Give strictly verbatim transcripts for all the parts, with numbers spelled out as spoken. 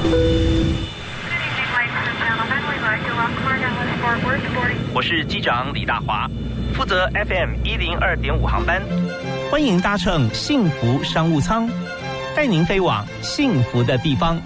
我是机长李大华，负责 F M 一零二点五航班，欢迎搭乘幸福商务舱，带您飞往幸福的地方。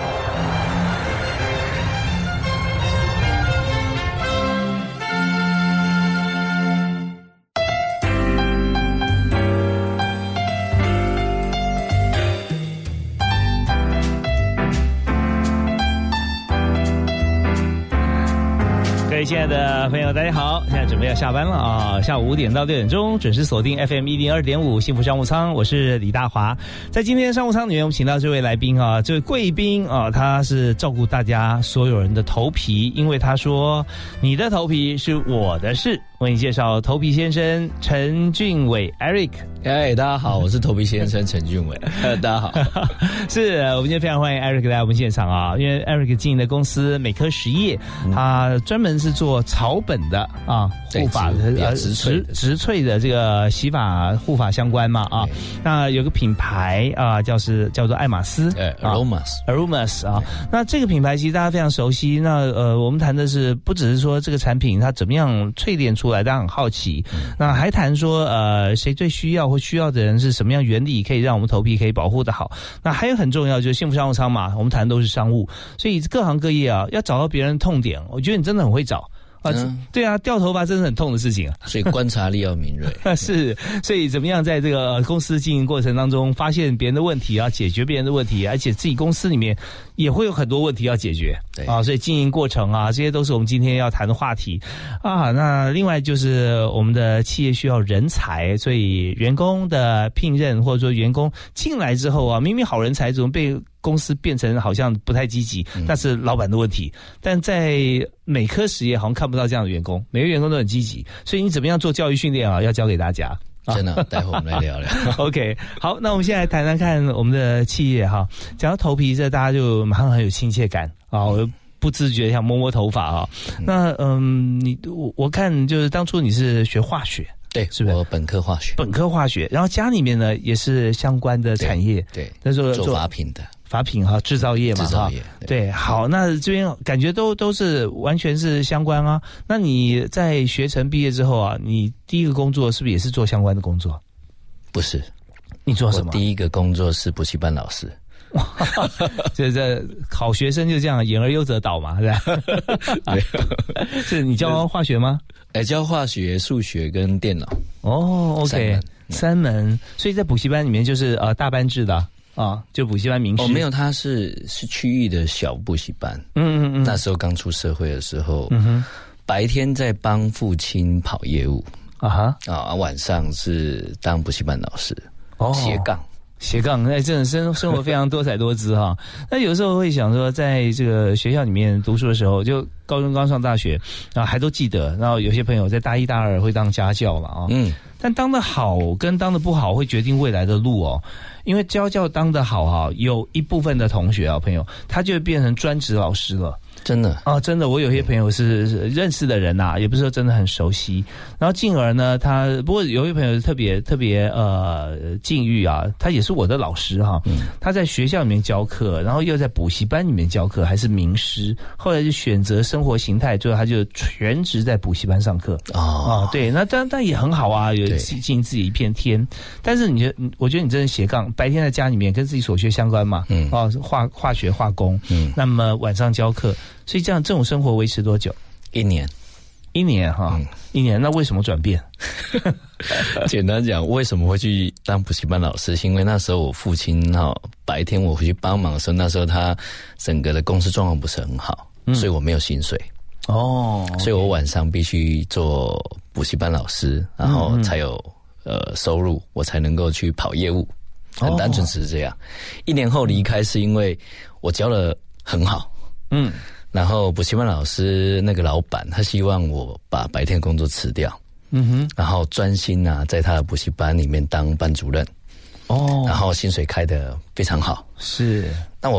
亲爱的朋友大家好，现在准备要下班了啊！下午五点到六点钟准时锁定 F M 一零二点五幸福商务舱，我是李大华。在今天的商务舱里面，我们请到这位来宾啊，这位贵宾啊，他是照顾大家所有人的头皮，因为他说你的头皮是我的事。为你介绍头皮先生陈俊伟 Eric。 哎，大家好，我是头皮先生陈俊伟。大家好， 是我们今天非常欢迎 Eric 来我们现场啊，因为 Eric 经营的公司美科实业，他专门是做草本的啊护发的呃植萃植萃的这个洗发护发相关嘛啊。那有个品牌啊，叫是叫做爱马仕， 哎 ，Aromas Aromas 啊。那这个品牌其实大家非常熟悉。那呃，我们谈的是不只是说这个产品它怎么样淬炼出来，大家很好奇。那还谈说呃，谁最需要或需要的人是什么样原理可以让我们头皮可以保护得好。那还有很重要就是幸福商务舱嘛，我们谈的都是商务，所以各行各业啊，要找到别人的痛点，我觉得你真的很会找。啊，对啊，掉头发真是很痛的事情啊， 所以观察力要敏锐。 是，所以怎么样在这个公司经营过程当中发现别人的问题啊，解决别人的问题，而且自己公司里面也会有很多问题要解决。对啊，所以经营过程啊，这些都是我们今天要谈的话题啊。那另外就是我们的企业需要人才，所以员工的聘任或者说员工进来之后啊，明明好人才怎么被公司变成好像不太积极，那是老板的问题。但在美科实业好像看不到这样的员工，每个员工都很积极，所以你怎么样做教育训练啊，要教给大家。 真的，待会我们来聊聊。 OK， 好，那我们现在来谈谈看我们的企业哈。讲到头皮，这大家就马上很有亲切感啊，我不自觉想摸摸头发啊。那嗯，你我我看就是当初你是学化学。 对，是不是？我本科化学， 本科化学，然后家里面呢也是相关的产业， 对，对那时候做发品的， 发品哈，制造业嘛， 制造业， 对，对好，那这边感觉都都是完全是相关啊。那你在学成毕业之后啊，你第一个工作是不是也是做相关的工作？ 不是， 你做什么？ 我第一个工作是补习班老师。 这这好学生就这样，演而优则导嘛，是吧？对，是你教化学吗？ 哎，教化学、数学跟电脑。 哦 ，OK， 三门，三门，所以在补习班里面就是呃大班制的啊，就补习班名师。 哦，没有，他是是区域的小补习班。嗯嗯嗯。那时候刚出社会的时候，嗯哼，白天在帮父亲跑业务啊哈啊，晚上是当补习班老师，哦，斜杠。 斜杠，那真的生生活非常多彩多姿哈。那有时候会想说，在这个学校里面读书的时候，就高中刚上大学，然后还都记得。然后有些朋友在大一大二会当家教嘛啊，嗯，但当得好跟当得不好会决定未来的路哦。因为家教当得好哈，有一部分的同学啊朋友，他就会变成专职老师了。 真的啊，真的，我有些朋友是认识的人呐、啊，也不是说真的很熟悉。然后进而呢，他不过有一位朋友特别特别呃境遇啊，他也是我的老师哈、啊嗯，他在学校里面教课，然后又在补习班里面教课，还是名师。后来就选择生活形态，最后他就全职在补习班上课。哦，啊，对，那但但也很好啊，有尽自己一片天。但是你觉得，我觉得你真的斜杠，白天在家里面跟自己所学相关嘛，嗯，啊，化化学化工，嗯，那么晚上教课。所以这样这种生活维持多久？ 一年， 一年哈、嗯，一年。那为什么转变？ 简单讲，为什么会去当补习班老师？是因为那时候我父亲哈，白天我回去帮忙的时候，那时候他整个的公司状况不是很好，嗯、所以我没有薪水。哦， okay. 所以我晚上必须做补习班老师，然后才有、嗯、呃收入，我才能够去跑业务。很单纯只是这样。哦、一年后离开是因为我教得很好，嗯。然后补习班老师那个老板，他希望我把白天工作辞掉，嗯哼，然后专心啊，在他的补习班里面当班主任，哦，然后薪水开得非常好， 是。 那我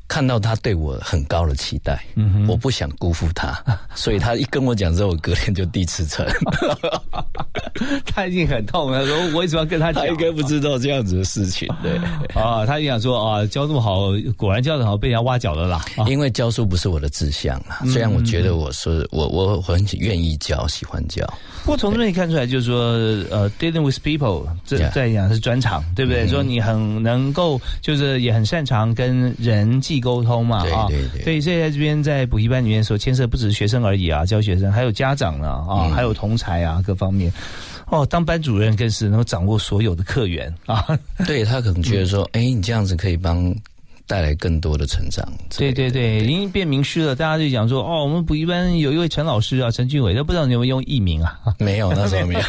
看到他对我很高的期待，嗯哼，我不想辜负他，所以他一跟我讲之后，我隔天就递辞呈。 他已经很痛了，说我为什么要跟他讲？ 他应该不知道这样子的事情，对。 啊，他就想说啊，教这么好，果然教得好，被人家挖角了啦。啊、 因为教书不是我的志向啊，虽然我觉得我是我我很愿意教，喜欢教。 不过从这边看出来，就是说，呃 ，dealing with people， 这在讲是专长，对不对？嗯、说你很能够，就是也很擅长跟人际沟通嘛， 对对对。 所以所以在这边在补习班里面所牵涉不只是学生而已啊，教学生还有家长呢啊，嗯、还有同侪啊，各方面。哦，当班主任更是能够掌握所有的客源啊。 对，他可能觉得说，哎、嗯，你这样子可以帮带来更多的成长。 对对对，已经变名师了，大家就讲说，哦，我们补习班有一位陈老师啊，陈俊伟，都不知道你有没有用艺名啊？ 没有，那时候没有。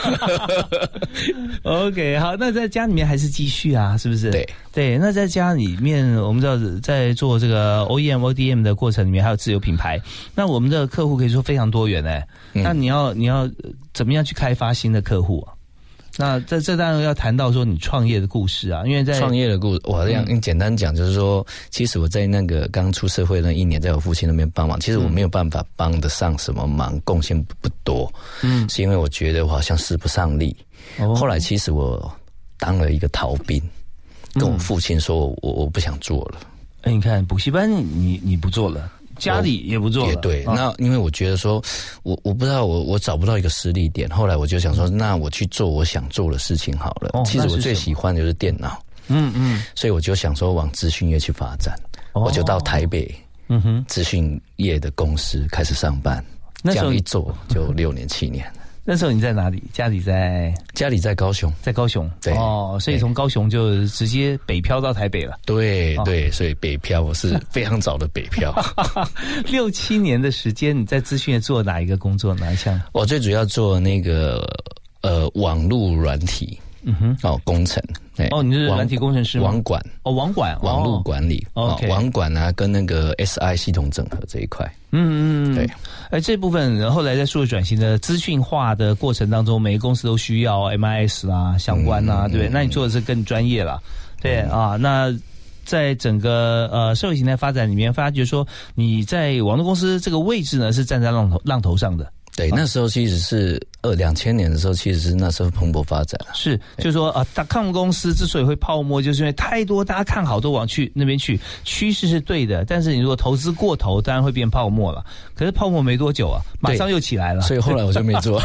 OK， 好，那在家里面还是继续啊，是不是？ 对对，那在家里面，我们知道在做这个 O E M、O D M 的过程里面，还有自有品牌，那我们的客户可以说非常多元哎、嗯。那你要你要怎么样去开发新的客户啊？那这这当然要谈到说你创业的故事啊，因为在创业的故事，我这样简单讲，就是说，其实我在那个刚出社会那一年，在我父亲那边帮忙，其实我没有办法帮得上什么忙，贡献不多，嗯，是因为我觉得我好像使不上力。哦、后来其实我当了一个逃兵，跟我父亲说我我不想做了。 哎、嗯，你看补习班你你不做了。家里也不做了， 也对。啊、那因为我觉得说，我我不知道我我找不到一个实力点。后来我就想说，那我去做我想做的事情好了。哦、其实我最喜欢的就是电脑，嗯嗯，所以我就想说往资讯业去发展。哦、我就到台北，嗯哼，资讯业的公司开始上班。那这样一做就六年七年。 那时候你在哪里？家里在家里在高雄， 在高雄。 对哦，所以从高雄就直接北漂到台北了。 对对，所以北漂我是非常早的北漂。 六七年的时间，你在资讯业做哪一个工作？哪一项？ 我最主要做那个呃网络软体。嗯哼，哦，工程， 哦，你是软体工程师吗？ 网管， 哦，网管， 网络管理，哦，网管啊，跟那个 S I 系统整合这一块， 嗯嗯， 对， 哎，这部分后来在数位转型的资讯化的过程当中，每个公司都需要 M I S 啦，相关啦，嗯、对不对？那你做的是更专业啦，对、嗯、啊，那。在整个呃社会形态发展里面，发觉说你在网络公司这个位置呢是站在浪头浪头上的。 对，那时候其实是二两千年的时候，其实是那时候蓬勃发展。 是，就是说啊 ，.com 公司之所以会泡沫，就是因为太多大家看好都往去那边去，趋势是对的，但是你如果投资过头，当然会变泡沫了。可是泡沫没多久啊，马上又起来了， 所以后来我就没做。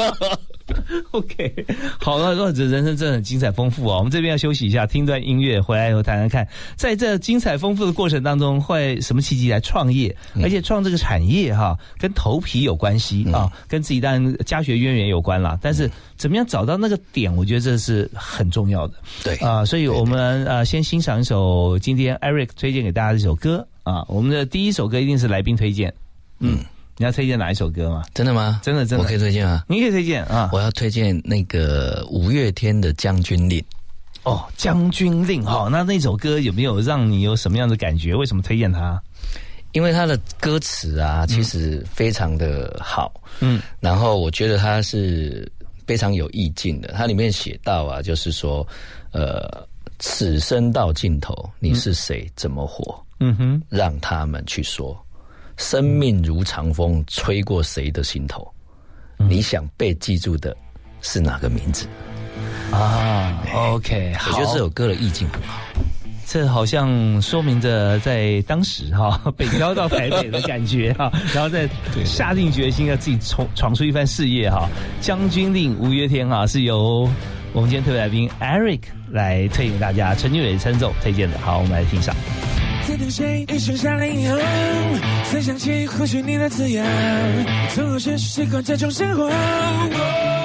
OK， 好了，这人生真的很精彩丰富啊！我们这边要休息一下，听段音乐，回来以后谈谈看，在这精彩丰富的过程当中，会什么契机来创业？嗯、而且创这个产业哈，跟头皮有关系、嗯、啊，跟自己当然家学渊源有关啦。但是怎么样找到那个点，我觉得这是很重要的。 对啊，所以我们呃先欣赏一首今天 Eric 推荐给大家的一首歌啊，我们的第一首歌一定是来宾推荐，嗯。嗯你要推荐哪一首歌吗？ 真的吗？ 真的真的， 我可以推荐吗？ 你可以推荐啊！ 我要推荐那个五月天的《将军令》。 哦，《将军令》哈，那那首歌有没有让你有什么样的感觉？为什么推荐它？ 因为它的歌词啊，其实非常的好，嗯，然后我觉得它是非常有意境的。它里面写到啊，就是说，呃，此生到尽头，你是谁？怎么活？嗯哼，让他们去说。生命如长风，吹过谁的心头？嗯、你想被记住的是哪个名字？ 啊 ，OK， 好， 我觉得这首歌的意境很好。 这好像说明着在当时哈北漂到台北的感觉哈，然后再下定决心要自己闯闯出一番事业哈。将军令五月天哈是由我们今天特别来宾 Eric 来推荐给大家，陈俊伟称奏推荐的。好，我们来听上。 在等谁一声下令以后，才想起或许你的字样，从何时习惯这种生活、哦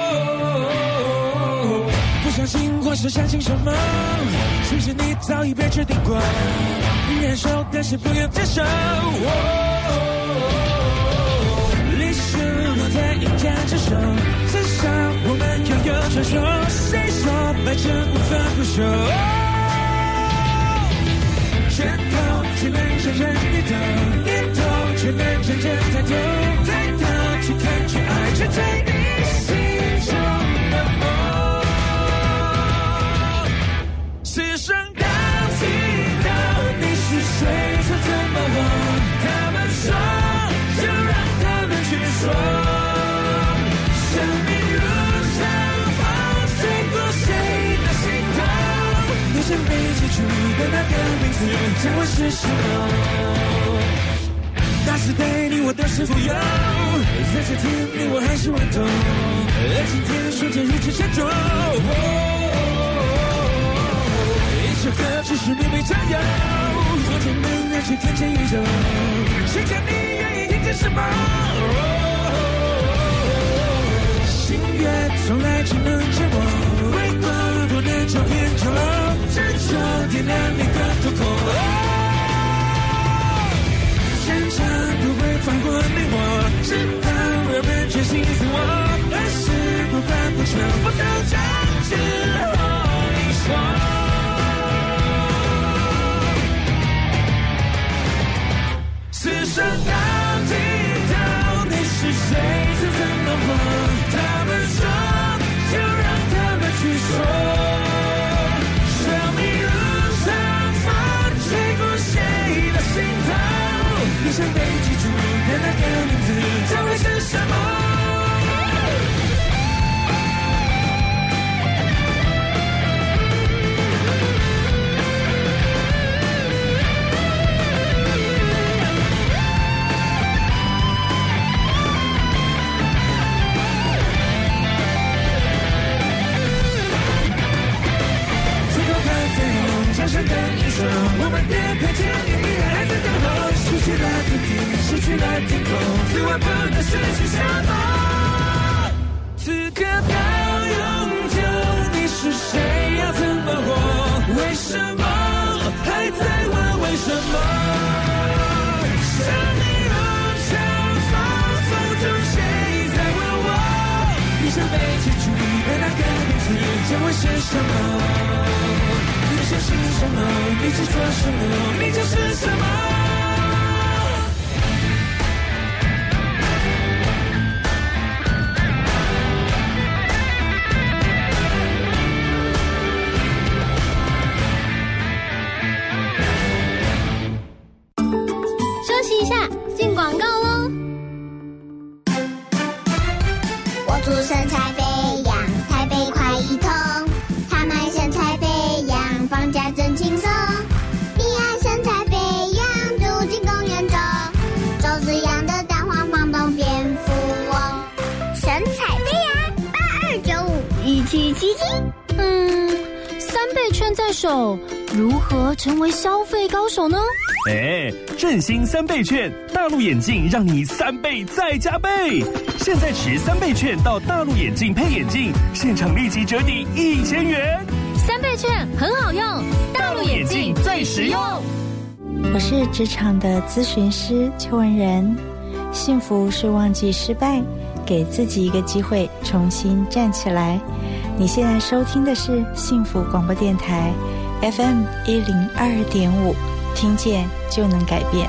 哦、不相信或是相信什么，其实你早已被决定过，忍受但是不愿接受、哦、历史落在阴间之手，至少我们拥有传说，谁说白纸无法不朽、哦拳头只能真正低头，低头只能真正抬头，抬头去看去爱，去追你心中的梦。此生到尽头，你是谁？从字将会是什么？大时代你我都是富有，在这天你我还是顽童，而今天瞬间如此沉重。一首歌只是免费占有，昨天能人去天前宇宙，谁叫你愿意听见什么？心愿从来只能折磨，为光不能照片丑陋，执着点亮你的瞳孔。擅长不会放过你我，直到人们决心自我，而是不管不全部都将之后你说。此生到尽头，你是谁？是怎么活？他们说，就让他们去说。生命如长风，吹过谁的心头？你想被记住的那个名字，将会是什么？掌声的一首，我们的佩剑依然还在等候。失去了土地，失去了天空，自我不能失去什么？此刻到永久，你是谁？要怎么活？为什么还在问为什么？生命如长风，风中谁在问我？你想被记住的那个名字，将会是什么？你想是什么？你执着什么？你就是什么？ 休息一下，进广告喽。我出生台北阳，台北快一通，他买身材北洋，放假真轻松。你爱身材北洋，住进公园中，周子阳的蛋黄房东蝙蝠翁。神采飞扬，八二九五一七七七。 嗯，三倍券在手，如何成为消费高手呢？ 哎，振兴三倍券，大陆眼镜让你三倍再加倍。现在持三倍券到大陆眼镜配眼镜，现场立即折抵一千元。 三倍券很好用，大陆眼镜最实用。 我是职场的咨询师邱文仁。幸福是忘记失败，给自己一个机会重新站起来。你现在收听的是幸福广播电台 F M 一零二点五，听见就能改变。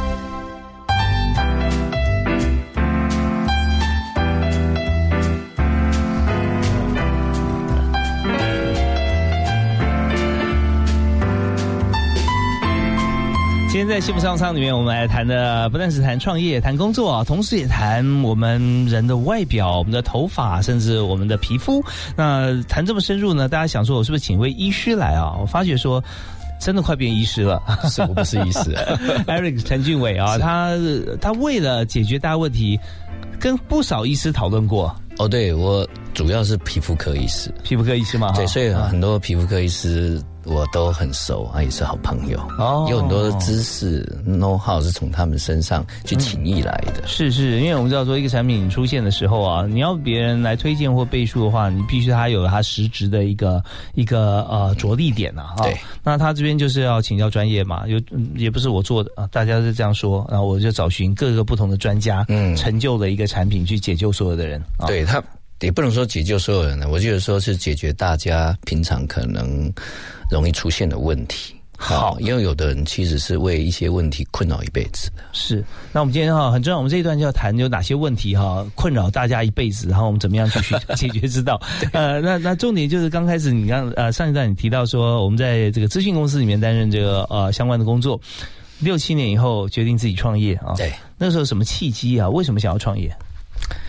今天在幸福商场里面，我们来谈的不但是谈创业、谈工作啊，同时也谈我们人的外表、我们的头发，甚至我们的皮肤。那谈这么深入呢，大家想说，我是不是请位医师来啊？我发觉说，真的快变医师了。 是我不是医师 Eric 陈俊伟啊，他他为了解决大家问题，跟不少医师讨论过。 哦，对，我主要是皮肤科医师， 皮肤科医师嘛， 对，所以很多皮肤科医师我都很熟啊，也是好朋友。哦，有很多的知识 know how 是从他们身上去请益来的。 嗯、是是，因为我们知道说一个产品出现的时候啊，你要别人来推荐或背书的话，你必须它有它实质的一个一个呃着力点呐、啊。 对， 那他这边就是要请教专业嘛，有也不是我做的啊，大家是这样说，然后我就找寻各个不同的专家，嗯，成就的一个产品去解救所有的人。啊、 对他。也不能说解救所有人了，我觉得说是解决大家平常可能容易出现的问题。好，因为有的人其实是为一些问题困扰一辈子的。 是，那我们今天哈很重要，我们这一段就要谈有哪些问题哈困扰大家一辈子，然后我们怎么样去解决之道。呃，那那重点就是刚开始你刚呃上一段你提到说，我们在这个资讯公司里面担任这个呃相关的工作，六七年以后决定自己创业啊。 对， 那时候什么契机啊？为什么想要创业？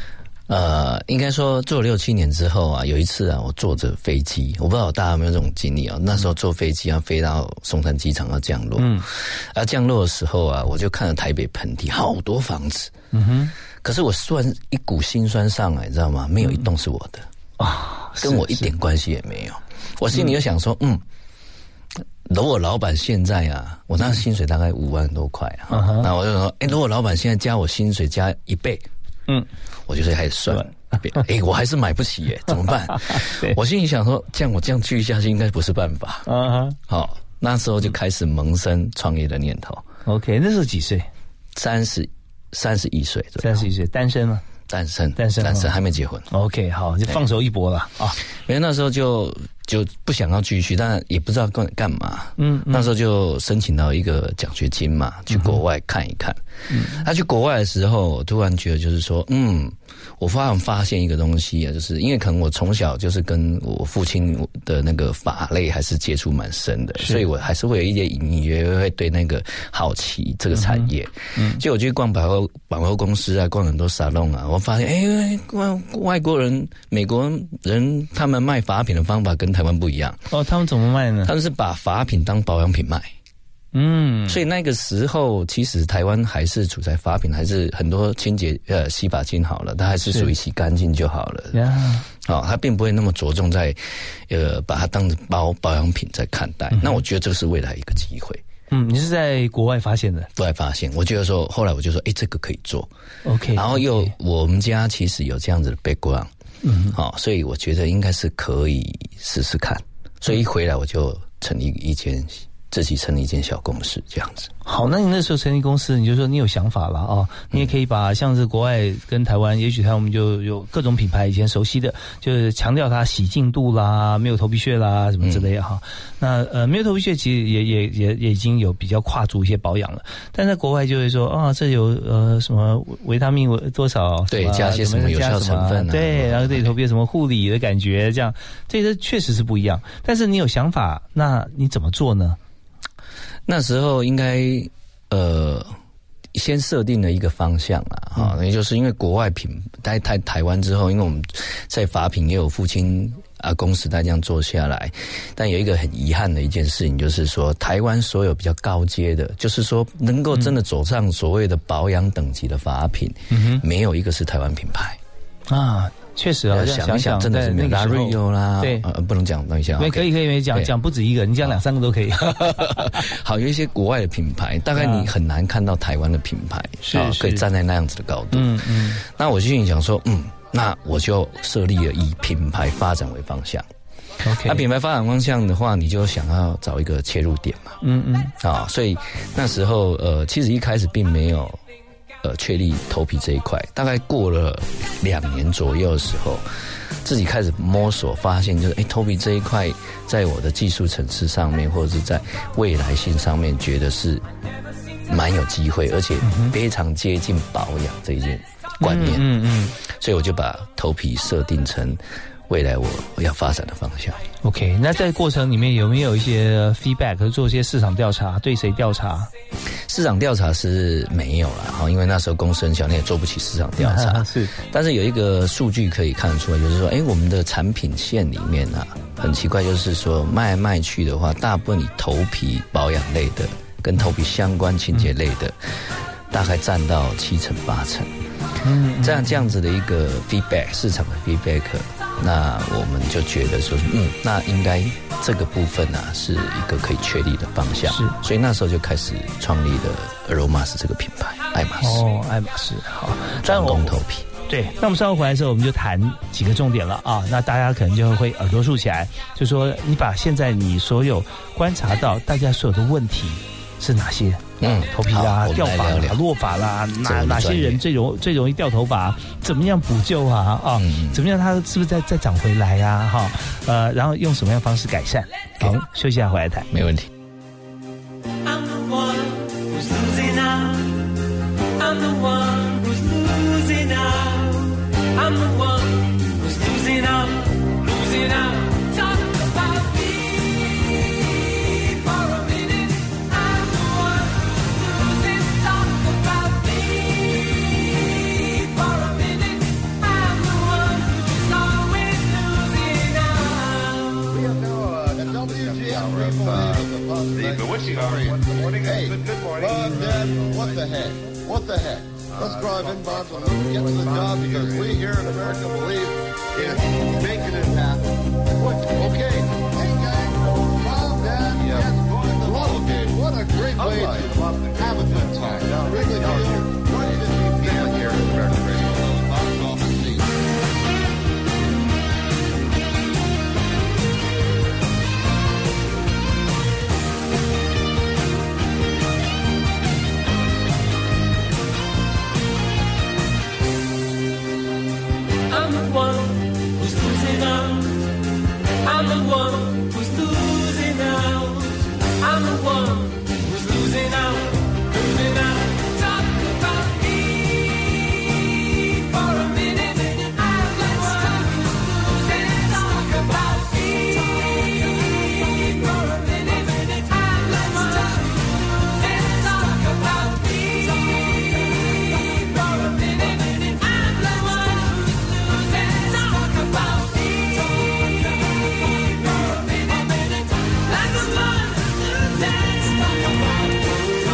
呃，应该说做了六七年之后啊，有一次啊，我坐着飞机，我不知道大家有没有这种经历啊。那时候坐飞机要飞到松山机场要降落，嗯，啊降落的时候啊，我就看到台北盆地好多房子，嗯哼，可是我突然一股心酸上来，你知道吗？没有一栋是我的啊、嗯，跟我一点关系也没有。我心里就想说，嗯。如果老板现在啊，我那薪水大概五万多块啊，嗯、那我就说，哎、欸，如果老板现在加我薪水加一倍，嗯，我就开始算，哎、欸，我还是买不起耶，怎么办？我心里想说，这样我这样继续下去应该不是办法。嗯哼，好，那时候就开始萌生创业的念头。 OK， 那时候几岁？ 三十，三十一岁， 三十一岁，单身吗？ 单身， 单身， 单身，还没结婚。 OK， 好，就放手一搏了啊！ 因为那时候就就不想要继续，但也不知道干干嘛。嗯，那时候就申请到一个奖学金嘛，去国外看一看。嗯，他、啊、去国外的时候，我突然觉得就是说，嗯，我突然发现一个东西啊，就是因为可能我从小就是跟我父亲的那个法类还是接触蛮深的，所以我还是会有一些隐隐约约会对那个好奇这个产业。嗯，就我去逛百货百货公司啊，逛很多沙龙啊，我发现，哎、欸，外外国人、美国人他们卖法品的方法跟台湾不一样。 哦，他们怎么卖呢？ 他们是把法品当保养品卖。嗯，所以那个时候其实台湾还是处在法品，还是很多清洁呃洗发精好了，它还是属于洗干净就好了。呀，哦，它并不会那么着重在呃把它当成包保养品在看待。嗯、那我觉得这是未来一个机会。 嗯，你是在国外发现的？ 国外发现，我觉得说后来我就说，哎、欸，这个可以做。 OK， 然后又 okay. 我们家其实有这样子的 background， 嗯，好、哦，所以我觉得应该是可以试试看。所以一回来我就成立一间。自己成立一间小公司这样子。 好，那你那时候成立公司，你就说你有想法了啊、哦，你也可以把像是国外跟台湾，也许台湾我们就有各种品牌以前熟悉的，就是强调它洗净度啦，没有头皮屑啦什么之类的哈、嗯。那呃没有头皮屑其实也也也也已经有比较跨足一些保养了，但在国外就会说啊，这有呃什么维他命多少， 对，加些什么有效成分、啊， 对，然后对头皮有什么护理的感觉，这样这些确实是不一样。但是你有想法，那你怎么做呢？ 那时候应该呃先设定了一个方向啊，哈、嗯，也就是因为国外品在台台湾之后，因为我们在法品也有父亲阿公时代这样做下来，但有一个很遗憾的一件事情，就是说台湾所有比较高阶的，就是说能够真的走上所谓的保养等级的法品，嗯、没有一个是台湾品牌啊。 确实啊， 想一想，真的是没有拉瑞欧啦， 对， 呃，不能讲，等一下， 没可以，可以，没讲讲不止一个，你讲两三个都可以。 好，有一些国外的品牌，大概你很难看到台湾的品牌，是、啊、可以站在那样子的高度。嗯嗯。那我心里想说，嗯，那我就设立了以品牌发展为方向。OK， 那品牌发展方向的话，你就想要找一个切入点嘛。嗯嗯。啊，所以那时候呃，其实一开始并没有。呃，确立头皮这一块，大概过了两年左右的时候，自己开始摸索，发现就是，哎，头皮这一块，在我的技术层次上面，或者是在未来性上面，觉得是蛮有机会，而且非常接近保养这一件观念。嗯 嗯, 嗯，所以我就把头皮设定成未来我要发展的方向。 OK， 那在过程里面有没有一些 feedback， 做一些市场调查？对谁调查？ 市场调查是没有啦，因为那时候公司很小，你也做不起市场调查。啊、是，但是有一个数据可以看得出来，就是说，哎，我们的产品线里面啊，很奇怪，就是说卖来卖去的话，大部分以头皮保养类的，跟头皮相关清洁类的，嗯、大概占到七成八成。嗯，这样这样子的一个 feedback， 市场的 feedback， 那我们就觉得说，嗯，那应该这个部分啊是一个可以确立的方向。是，所以那时候就开始创立了 Aromas 这个品牌，爱马仕。哦， 爱马仕，好， 专攻头皮。 对，那我们稍后回来的时候，我们就谈几个重点了啊。那大家可能就会耳朵竖起来，就说你把现在你所有观察到大家所有的问题是哪些？嗯，头皮啦、掉发啦、落发啦，哪哪些人最容最容易掉头发？怎么样补救啊？啊，嗯、怎么样它是不是再再长回来呀、啊？哈，呃，然后用什么样的方式改善？好，休息一下回来谈， 没问题。 the heck? What the heck? Let's drive in, Bob, and let's get to the job because we here in America believe in making it happen. Okay. Hey, guys. Mom, Dad, yeah. Yes, what, okay. What a great way right. to have a good time. Yeah, really do. one hundred fifty people here in America Radio. Box office seats. I'm the one who's losing out. I'm the one who's losing out. I'm the one who's losing out, losing out. Talk about me for a minute. I'm the one who's losing. Talk about me for a minute. I'm the one who's losing. Talk about me for a minute. I'm the one who's losing. Talk about me for a minute. I'm the one who's losing. Talk about me.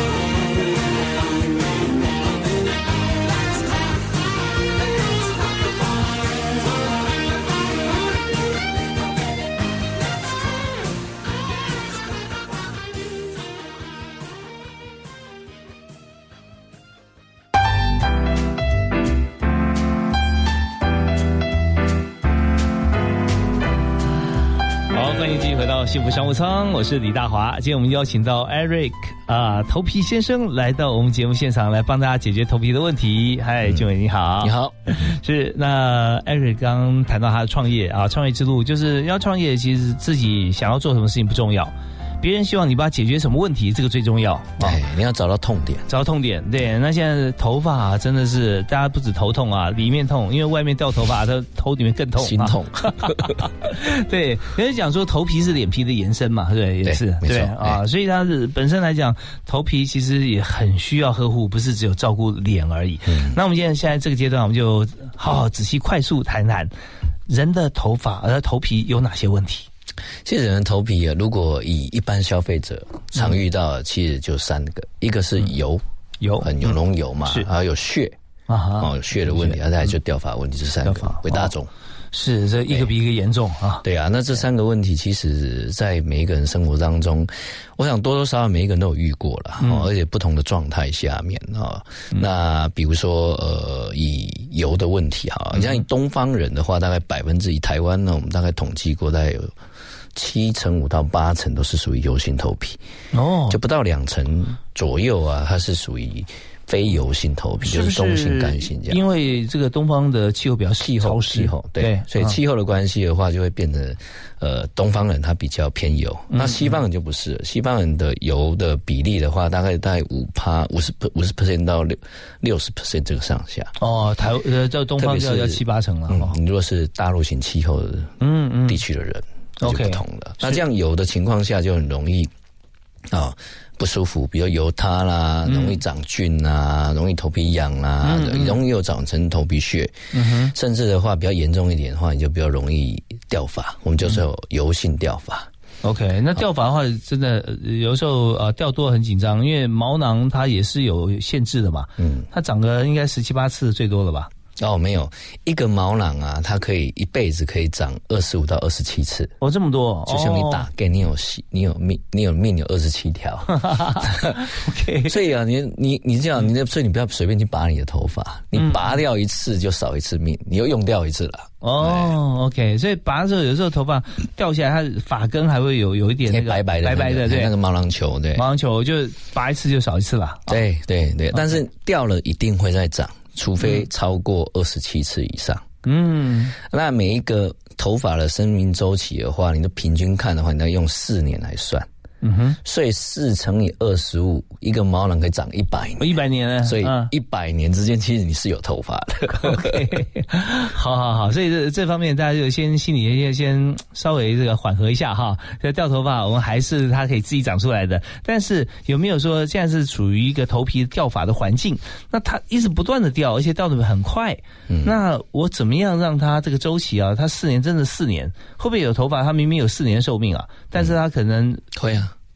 好，欢迎继续回到幸福商务舱，我是李大华。今天我们邀请到 Eric 啊、头皮先生来到我们节目现场，来帮大家解决头皮的问题。嗨，俊伟你好， 你好。 是那 Eric 刚刚谈到他的创业啊，创业之路就是要创业，其实自己想要做什么事情不重要，别人希望你帮他解决什么问题，这个最重要啊。 哎，你要找到痛点， 找到痛点，对。那现在头发、啊、真的是大家不止头痛啊，里面痛，因为外面掉头发，它头里面更痛， 心痛。 对，人家讲说头皮是脸皮的延伸嘛，对，也是， 对， 对啊，所以它是本身来讲，头皮其实也很需要呵护，不是只有照顾脸而已。嗯，那我们现在现在这个阶段，我们就好好仔细快速谈谈人的头发，而头皮有哪些问题。 其实人的头皮啊，如果以一般消费者常遇到的，其实就三个，一个是油， 油， 很有浓油嘛， 是， 还有屑啊， 哦，有屑的问题，再来就掉发问题，这三个为大众。 是，这一个比一个严重啊。 对啊，那这三个问题，其实在每一个人生活当中，我想多多少少每一个人都有遇过了，嗯，而且不同的状态下面啊，嗯。那比如说呃，以油的问题哈，你像以东方人的话，大概百分之以台湾呢，我们大概统计过，大概有七成五到八成都是属于油性头皮，哦，就不到两成左右啊，它是属于非油性头皮，就是中性、干性这样。 因为这个东方的气候比较气候气候对，对，所以气候的关系的话，就会变得呃，东方人他比较偏油，嗯，那西方人就不是了。西方人的油的比例的话，大概大概五趴五十五十 percent 到六六十 percent 这个上下。哦， 台呃，在东方就要七八成了。 嗯，你如果是大陆型气候的嗯嗯地区的人，就不同了。那这样油的情况下就很容易啊。不舒服，比如油塌啦，容易长菌啊，嗯，容易头皮痒啦，嗯，容易又长成头皮屑，嗯，甚至的话比较严重一点的话，你就比较容易掉发，我们就是有油性掉发。 OK， 那掉发的话，真的有时候呃掉多很紧张，因为毛囊它也是有限制的嘛，嗯，它长个应该十七八次最多了吧？ 哦，没有，一个毛囊啊，它可以一辈子可以长二十五到二十七次。 哦，这么多， 就像你打给你有你有命，你有命有二十七条。OK， 所以啊，你你你这样，你所以你不要随便去拔你的头发，你拔掉一次就少一次命，你又用掉一次了。 哦 ，OK， 所以拔的时候，有时候头发掉下来，它发根还会有有一点那个白白的、 白白的，对， 那个毛囊球，对， 毛囊球就拔一次就少一次了。 对对对，但是掉了一定会再长。除非超过二十七次以上，嗯，那每一个头发的生命周期的话，你的平均看的话，你要用四年来算，嗯哼，所以四乘以二十五，一个毛囊可以长一百年， 一百年呢， 所以一百年之间，其实你是有头发的。 OK， 好好好，所以这这方面大家就先心里先先稍微这个缓和一下哈。这掉头发，我们还是它可以自己长出来的，但是有没有说现在是处于一个头皮掉发的环境？那它一直不断的掉，而且掉的很快，嗯，那我怎么样让它这个周期啊？它四年真的四年，会不会有头发？它明明有四年寿命啊，但是它可能会啊。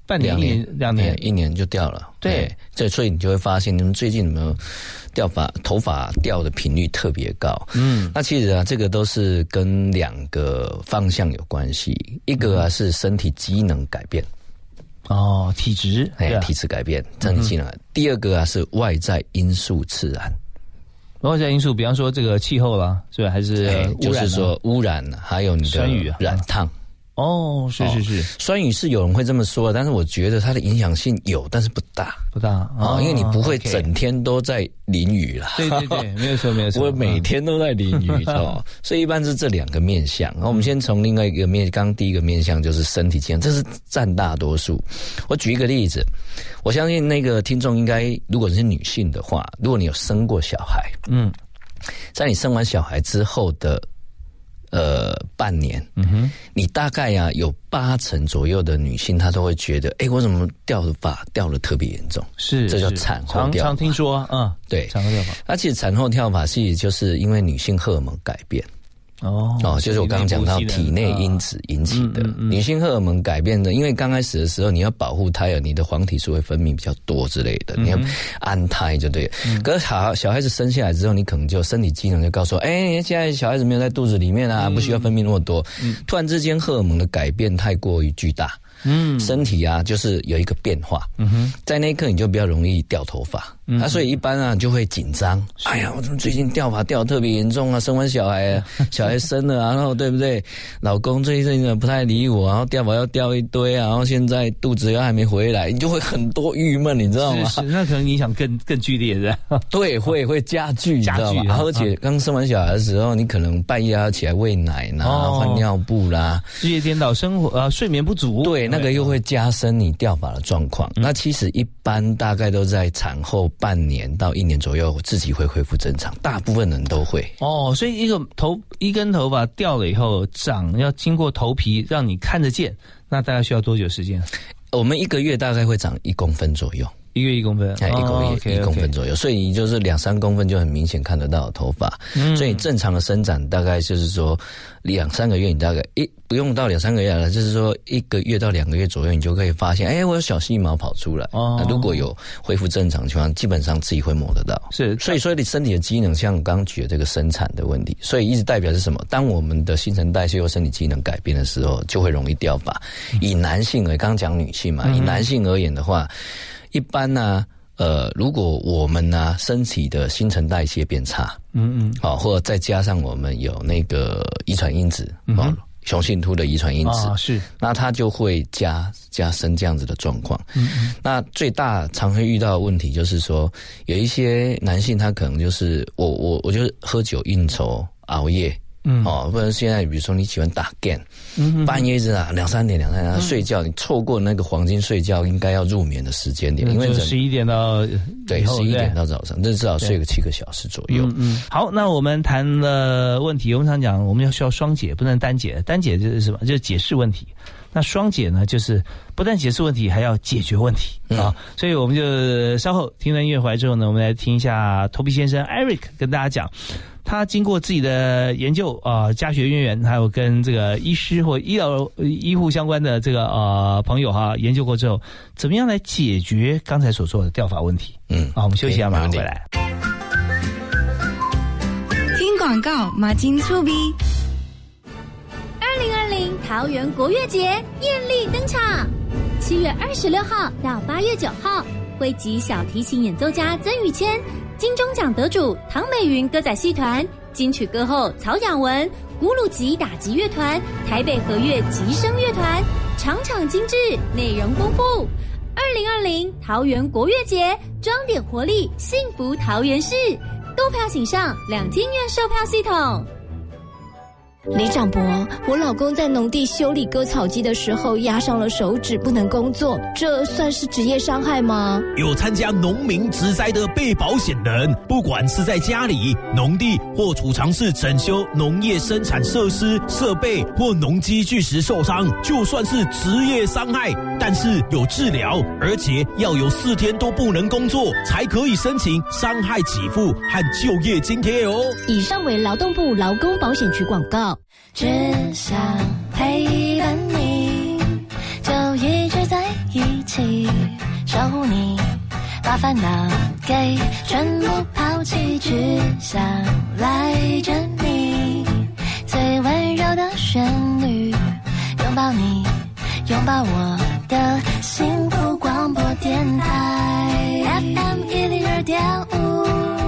半年、一年、两年， 一年就掉了。 对， 这所以你就会发现，你们最近有没有掉发头发掉的频率特别高？嗯，那其实啊，这个都是跟两个方向有关系，一个啊是身体机能改变。 哦，体质， 哎，啊、体质改变，身体机能。嗯、第二个啊是外在因素自然。 外在因素，比方说这个气候啦，是吧？还是污染、啊？ 就是说污染，还有你的酸雨、 染烫。 哦，是是是， 酸雨是有人会这么说，但是我觉得它的影响性有，但是不大， 不大哦，因为你不会整天都在淋雨啦。 对对对，没有错没有错， 我每天都在淋雨哦，所以一般是这两个面向。然后我们先从另外一个面，刚刚第一个面向就是身体健康，这是占大多数。我举一个例子，我相信那个听众应该，如果是女性的话，如果你有生过小孩，嗯，在你生完小孩之后的。呃，半年，嗯哼，你大概呀、啊、有八成左右的女性，她都会觉得，哎、欸，我怎么掉的发掉的特别严重？ 是， 这叫产后掉发。 常常听说，嗯， 对， 产后掉发。 那其实产后掉发是就是因为女性荷尔蒙改变。哦哦，就是我刚刚讲到体内因子引起的、嗯嗯嗯、女性荷尔蒙改变的，因为刚开始的时候你要保护胎儿，你的黄体素会分泌比较多之类的，嗯、你要安胎就对了。嗯、可是小小孩子生下来之后，你可能就身体机能就告诉我，哎、欸，现在小孩子没有在肚子里面啊，嗯、不需要分泌那么多。嗯、突然之间荷尔蒙的改变太过于巨大。嗯，身体啊，就是有一个变化。嗯哼，在那一刻你就比较容易掉头发。嗯，啊，所以一般啊就会紧张。哎呀，我怎么最近掉发掉得特别严重啊？生完小孩，小孩生了、啊，然后对不对？老公最近不太理我，然后掉发要掉一堆啊，然后现在肚子又还没回来，你就会很多郁闷，你知道吗？ 是是，那可能影响更更剧烈的。 对，会会加剧，你知道吗？加剧而且刚生完小孩的时候，你可能半夜要起来喂奶啦、哦、换尿布啦， 日夜颠倒，生活呃睡眠不足。 对。那个又会加深你掉发的状况。嗯、那其实一般大概都在产后半年到一年左右，自己会恢复正常，大部分人都会。 哦，所以一个头一根头发掉了以后，长要经过头皮让你看得见，那大概需要多久时间？ 我们一个月大概会长一公分左右。 一个月一公分， 哎，一个月一公分左右，所以你就是两三公分就很明显看得到头发。嗯，所以正常的生长大概就是说两三个月，你大概一不用到两三个月了，就是说一个月到两个月左右，你就可以发现，哎，我有小细毛跑出来。哦，那如果有恢复正常情况，基本上自己会摸得到。是，所以说你身体的机能，像刚刚举的这个生产的问题，所以一直代表是什么？当我们的新陈代谢或身体机能改变的时候，就会容易掉发。以男性而刚刚讲女性嘛，以男性而言的话。一般呢、啊，呃，如果我们呢、啊、身体的新陈代谢变差，嗯嗯，好、哦，或者再加上我们有那个遗传因子，嗯、哦，雄性秃的遗传因子、哦、是，那它就会加加深这样子的状况。嗯嗯，那最大常会遇到的问题就是说，有一些男性他可能就是我我我就是喝酒应酬熬夜。嗯，哦，不然现在比如说你喜欢打 game， 嗯，半夜一直啊两三点两三点、嗯、睡觉，你错过那个黄金睡觉应该要入眠的时间点，因为十一点到对十一点到早上，那至少睡个七个小时左右。嗯嗯，好，那我们谈的问题，我们常讲我们要需要双解，不能单解，单解就是什么？就是解释问题。那双解呢，就是不但解释问题，还要解决问题、嗯、啊。所以我们就稍后听完音乐回来之后呢，我们来听一下头皮先生 Eric 跟大家讲。他经过自己的研究啊、呃，家学渊源，还有跟这个医师或医疗医护相关的这个呃朋友哈研究过之后，怎么样来解决刚才所说的掉发问题？嗯，啊，我们休息一下，马上回来。 听广告，马金粗逼。 二零二零桃园国乐节艳丽登场，七月二十六号到八月九号，汇集小提琴演奏家曾宇谦。金钟奖得主唐美云歌仔戏团、金曲歌后曹雅文、古鲁吉打击乐团、台北和乐吉声乐团，场场精致，内容丰富。二零二零桃园国乐节，装点活力，幸福桃园市。购票请上两厅院售票系统。 李长伯，我老公在农地修理割草机的时候压伤了手指，不能工作，这算是职业伤害吗？ 有参加农民职灾的被保险人，不管是在家里、农地或储藏室整修农业生产设施、设备或农机具时受伤，就算是职业伤害，但是有治疗，而且要有四天都不能工作，才可以申请伤害给付和就业津贴哦。 以上为劳动部劳工保险局广告。 只想陪伴你，就一直在一起。 把烦恼给全部抛弃，只想赖着你。最温柔的旋律，拥抱你，拥抱我的幸福广播电台 F M 一零二点五。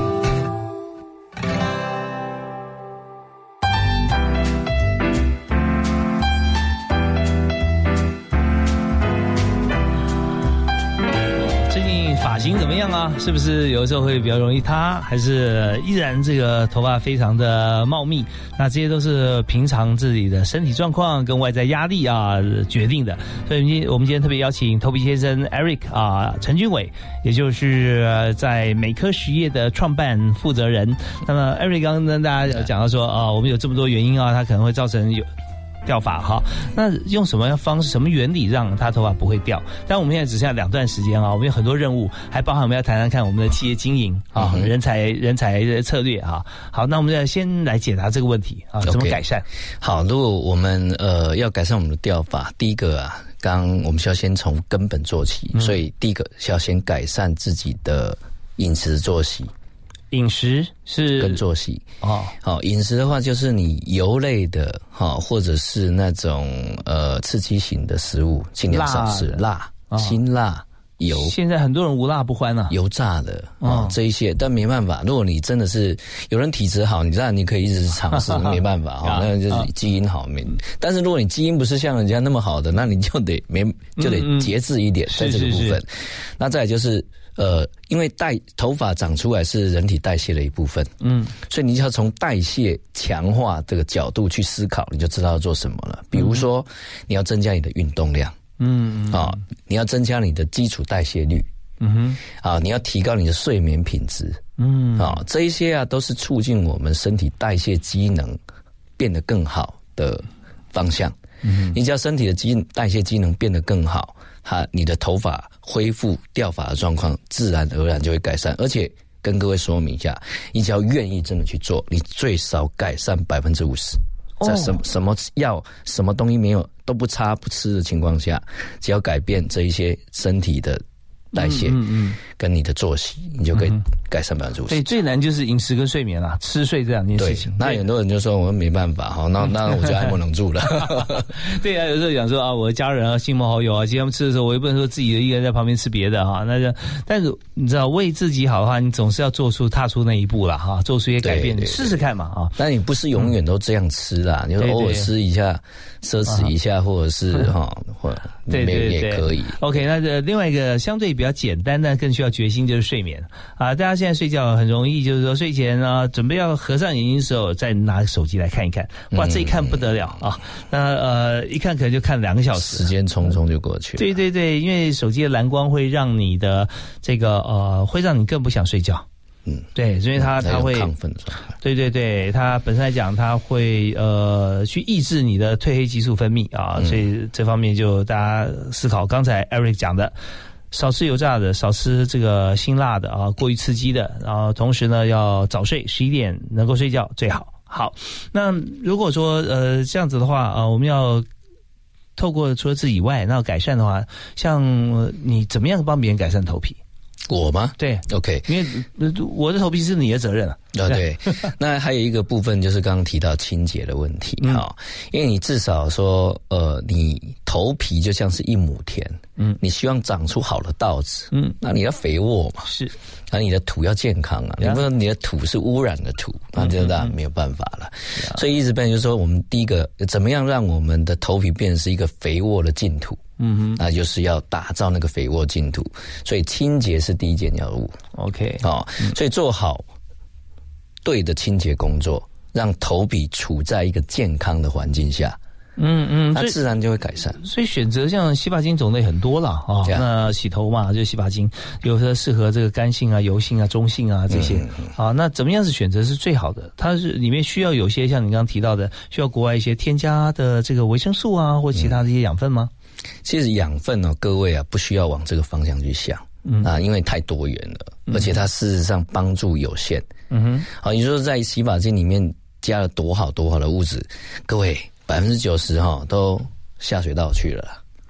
发型怎么样啊？是不是有的时候会比较容易塌，还是依然这个头发非常的茂密？那这些都是平常自己的身体状况跟外在压力啊决定的。所以我们今天特别邀请头皮先生 Eric 啊陈俊伟，也就是在美科实业的创办负责人。那么 Eric 刚刚跟大家讲到说啊，我们有这么多原因啊，它可能会造成有掉发哈，那用什么方式、什么原理让他头发不会掉？但我们现在只剩下两段时间啊，我们有很多任务，还包含我们要谈谈看我们的企业经营啊、嗯、人才人才的策略啊。好，那我们要先来解答这个问题啊，怎么改善？ Okay. 好，如果我们呃要改善我们的掉发，第一个啊，刚我们需要先从根本做起，嗯、所以第一个是要先改善自己的饮食作息。 饮食是跟作息哦， 好，饮食的话就是你油类的哈，或者是那种呃刺激型的食物，尽量少吃辣、辣辛辣、油。 现在很多人无辣不欢啊， 油炸的啊、哦、这一些，但没办法，如果你真的是有人体质好，你当然你可以一直尝试，没办法哈、哦，那就是基因好没。但是如果你基因不是像人家那么好的，那你就得没就得节制一点，在这个部分。是是是，那再来就是。呃，因为代头发长出来是人体代谢的一部分，嗯，所以你要从代谢强化这个角度去思考，你就知道要做什么了。比如说，你要增加你的运动量，嗯啊、哦，你要增加你的基础代谢率，嗯哼，啊，你要提高你的睡眠品质，嗯啊、哦，这一些啊都是促进我们身体代谢机能变得更好的方向。嗯，你只要身体的基代谢机能变得更好，它你的头发恢复掉发的状况自然而然就会改善。而且跟各位说明一下，你只要愿意真的去做，你最少改善百分之五十。在什么什么药、什么东西没有都不擦不吃的情况下，只要改变这一些身体的代谢，嗯嗯，跟你的作息，你就可以改善百分之五十。 所以最难就是饮食跟睡眠啦，吃睡这两件事情。 那很多人就说我们没办法哈，那那我就爱莫能助了。 对啊，有时候讲说啊，我的家人啊、亲朋好友啊，今天他们吃的时候，我也不能说自己一个人在旁边吃别的哈。那就，但是你知道，为自己好的话，你总是要做出踏出那一步啦哈，做出一些改变，试试看嘛啊。 但你不是永远都这样吃啦，你就偶尔吃一下，奢侈一下，或者是哈，或者对对对也可以。 OK， 那这另外一个相对比较简单但更需要决心就是睡眠啊！大家现在睡觉很容易，就是说睡前啊，准备要合上眼睛的时候，再拿手机来看一看，哇，这一看不得了啊！那呃，一看可能就看两个小时， 时间匆匆就过去了。 对对对，因为手机的蓝光会让你的这个呃，会让你更不想睡觉。嗯，对，所以它它会亢奋状态。 对对对，它本身来讲，它会呃去抑制你的褪黑激素分泌啊，所以这方面就大家思考刚才 Eric 讲的。少吃油炸的，少吃这个辛辣的啊，过于刺激的，然后同时呢要早睡，十一点能够睡觉最好。好，那如果说呃这样子的话啊、呃，我们要透过除了自己以外，那要改善的话，像、呃、你怎么样帮别人改善头皮？ 我吗？ 对 ，OK， 因为我的头皮是你的责任啊。 啊，对。那还有一个部分就是刚刚提到清洁的问题，哈、嗯，因为你至少说，呃，你头皮就像是一亩田，嗯，你希望长出好的稻子，嗯，那你要肥沃嘛， 是， 那你的土要健康啊，你不能你的土是污染的土，那这当然没有办法了。嗯、所以一直变就是说，我们第一个怎么样让我们的头皮变成是一个肥沃的净土。嗯哼，那就是要打造那个肥沃净土，所以清洁是第一件要务。 OK， 哦，所以做好对的清洁工作，让头皮处在一个健康的环境下，嗯嗯，它自然就会改善。 所以选择像洗发精种类很多了啊、哦，那洗头嘛，就洗发精，有的适合这个干性啊、油性啊、中性啊这些。嗯、啊，那怎么样是选择是最好的？它是里面需要有些像你刚刚提到的，需要国外一些添加的这个维生素啊，或其他的一些养分吗？ 嗯其实养分哦，各位啊，不需要往这个方向去想，嗯啊，因为太多元了，而且它事实上帮助有限。嗯哼，好，你说在洗发精里面加了多好多好的物质，各位百分之九十哈都下水道去了。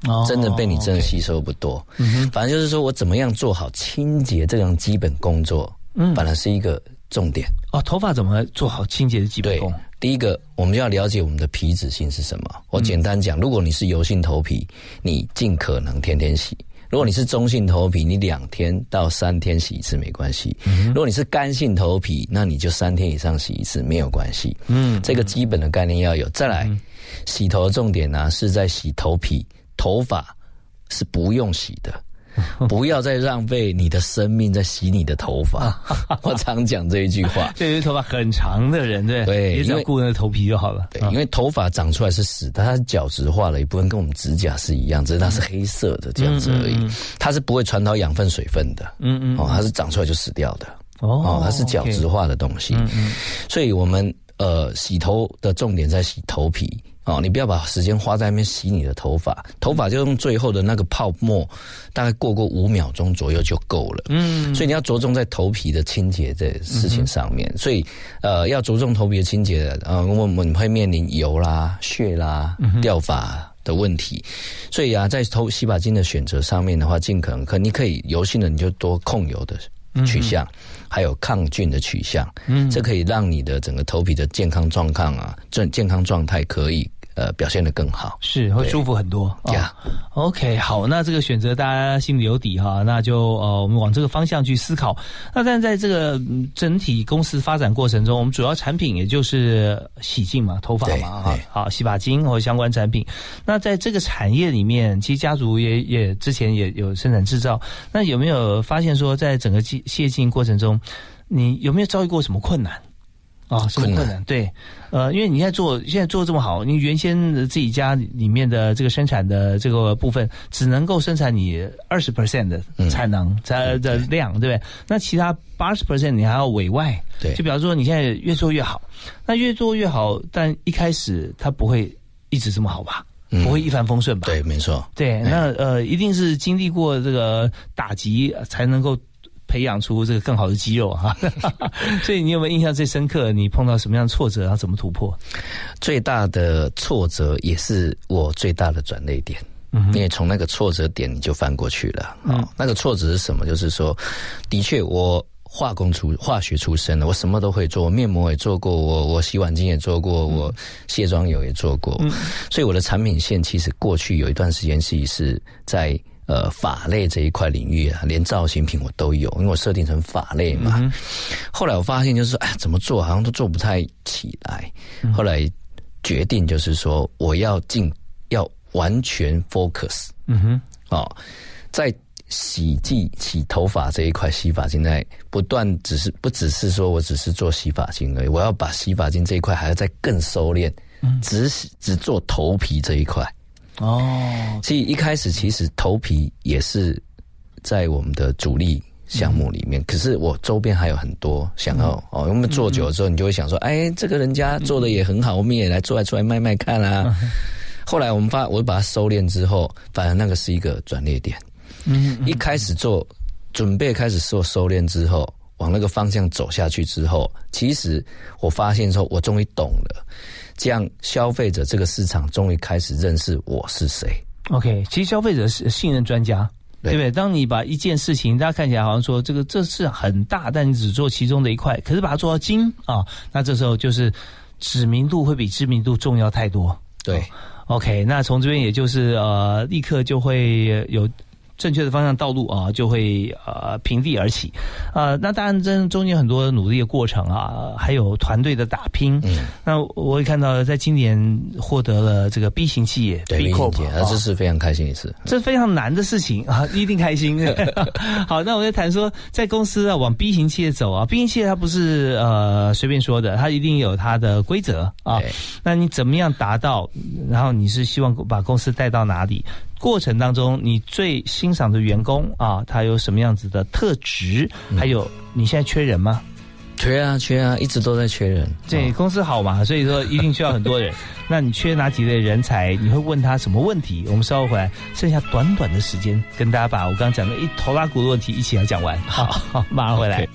哦，真的被你真的吸收不多。嗯，反正就是说我怎么样做好清洁这样基本工作，嗯，反而是一个重点。 哦，头发怎么做好清洁的基本功？ 第一个，我们就要了解我们的皮脂性是什么。我简单讲，如果你是油性头皮，你尽可能天天洗；如果你是中性头皮，你两天到三天洗一次没关系。嗯，如果你是干性头皮，那你就三天以上洗一次没有关系。嗯，这个基本的概念要有。再来，洗头的重点呢、啊、是在洗头皮，头发是不用洗的。不要再浪费你的生命在洗你的头发。我常讲这一句话。 对于头发很长的人，对对，也只要顾那个头皮就好了。 对，因为头发长出来是死的，它是角质化了一部分，跟我们指甲是一样，只是它是黑色的这样子而已。嗯嗯嗯，它是不会传导养分、水分的。嗯嗯，哦，它是长出来就死掉的。哦，它是角质化的东西。嗯嗯，所以我们呃洗头的重点在洗头皮。哦，你不要把时间花在那边洗你的头发，头发就用最后的那个泡沫，大概过过五秒钟左右就够了。嗯，所以你要着重在头皮的清洁这事情上面。嗯，所以呃，要着重头皮的清洁，呃，我们会面临油啦、屑啦、掉发的问题。所以啊，在头洗发精的选择上面的话，尽可能可你可以油性的，你就多控油的取向，嗯，还有抗菌的取向，嗯，这可以让你的整个头皮的健康状况啊，健健康状态可以呃表现得更好， 是会舒服很多呀。Oh, OK， 好，那这个选择大家心里有底哈，那就呃我们往这个方向去思考。那但在这个整体公司发展过程中，我们主要产品也就是洗净嘛，头发嘛啊，好洗发精或相关产品。那在这个产业里面，其实家族也也之前也有生产制造。那有没有发现说，在整个卸净过程中，你有没有遭遇过什么困难？啊，什么困难？对，呃，因为你现在做现在做这么好，你原先自己家里面的这个生产的这个部分，只能够生产你二十 percent 的产能、嗯、的量，对不对？那其他八十 percent 你还要委外，对，就比方说你现在越做越好，那越做越好，但一开始它不会一直这么好吧？嗯、不会一帆风顺吧？ 对，没错。 对，那呃，一定是经历过这个打击才能够培养出这个更好的肌肉哈，所以你有没有印象最深刻？你碰到什么样的挫折，然后怎么突破？ 最大的挫折也是我最大的转捩点，嗯，因为从那个挫折点你就翻过去了。嗯，哦，那个挫折是什么？就是说，的确我化工出化学出身的，我什么都会做，我面膜也做过，我我洗碗巾也做过，我卸妆油也做过，嗯，所以我的产品线其实过去有一段时间是是在。呃，发类这一块领域啊，连造型品我都有，因为我设定成发类嘛。嗯，后来我发现就是，哎，怎么做好像都做不太起来。嗯，后来决定就是说，我要进，要完全 focus。嗯哼，哦，在洗剂、洗头发这一块，洗发精在不断，只是不只是说我只是做洗发精而已，我要把洗发精这一块还要再更收敛，嗯，只只做头皮这一块。哦，所以一开始其实头皮也是在我们的主力项目里面，嗯，可是我周边还有很多想要，嗯，哦，我们做久了之后，你就会想说，哎，这个人家做的也很好，我们也来做来出来卖卖看啊。嗯，后来我们发，我把它收敛之后，反而那个是一个转捩点。嗯，一开始做准备开始做收敛之后，往那个方向走下去之后，其实我发现说，我终于懂了。这样，消费者这个市场终于开始认识我是谁。 OK， 其实消费者是信任专家，对不对？当你把一件事情，大家看起来好像说这个这是很大，但你只做其中的一块，可是把它做到精啊，那这时候就是知名度会比知名度重要太多。 对， 哦，OK， 那从这边也就是呃，立刻就会有正确的方向道路啊，就会呃平地而起，呃，那当然真中间很多努力的过程啊，还有团队的打拼。嗯，那我也看到在今年获得了这个 B 型企业 B Corp， 啊，这是非常开心的事， 这是非常难的事情啊，一定开心。好，那我就谈说，在公司啊往 B 型企业走啊 ，B 型企业它不是呃随便说的，它一定有它的规则啊。那你怎么样达到？然后你是希望把公司带到哪里？过程当中，你最欣赏的员工啊，他有什么样子的特质？嗯，还有你现在缺人吗？ 缺啊，缺啊，一直都在缺人。 对，公司好嘛，所以说一定需要很多人。那你缺哪几类人才？你会问他什么问题？我们稍后回来，剩下短短的时间，跟大家把我刚刚讲的一头拉骨的问题一起来讲完。好，好，马上回来。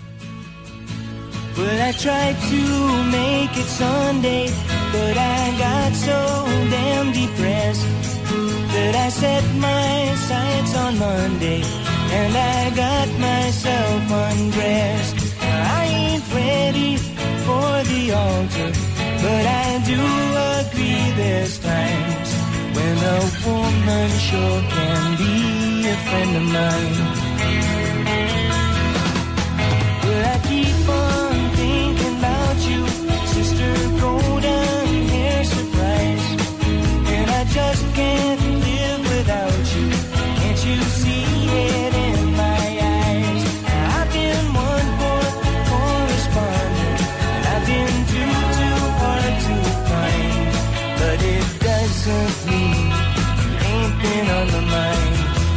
Well, I tried to make it Sunday, but I got so damn depressed But I set my sights on Monday, and I got myself undressed. I ain't ready for the altar, but I do agree there's times when a woman sure can be a friend of mine. Well, I keep on thinking about you, sister golden hair surprise, and I just can't live without you. Can't you see it in my eyes? I've been one poor correspondent, and I've been too, too hard to find, but it doesn't mean you ain't been on my mind.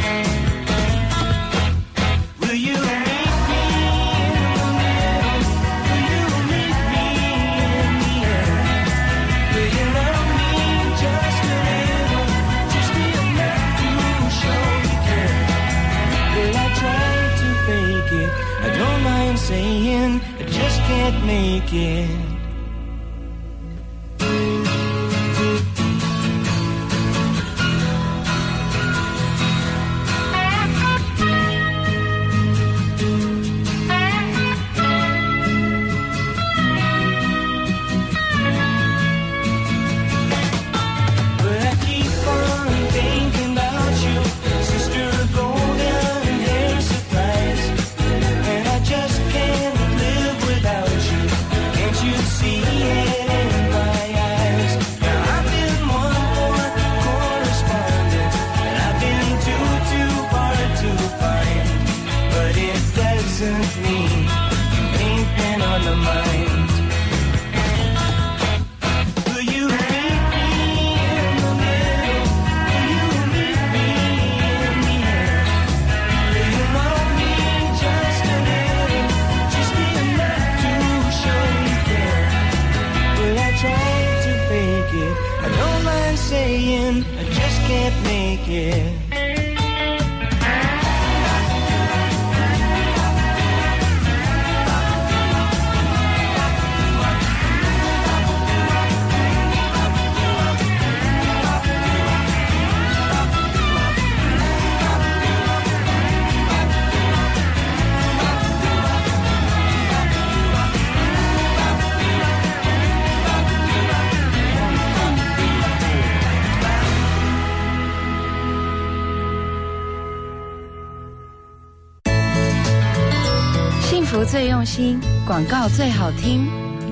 Will you meet me in the middle? Will you meet me in the air? Will you love me just a little, just enough to show you care? Will I try to fake it? I don't mind saying I just can't make it. 最用心，广告最好听。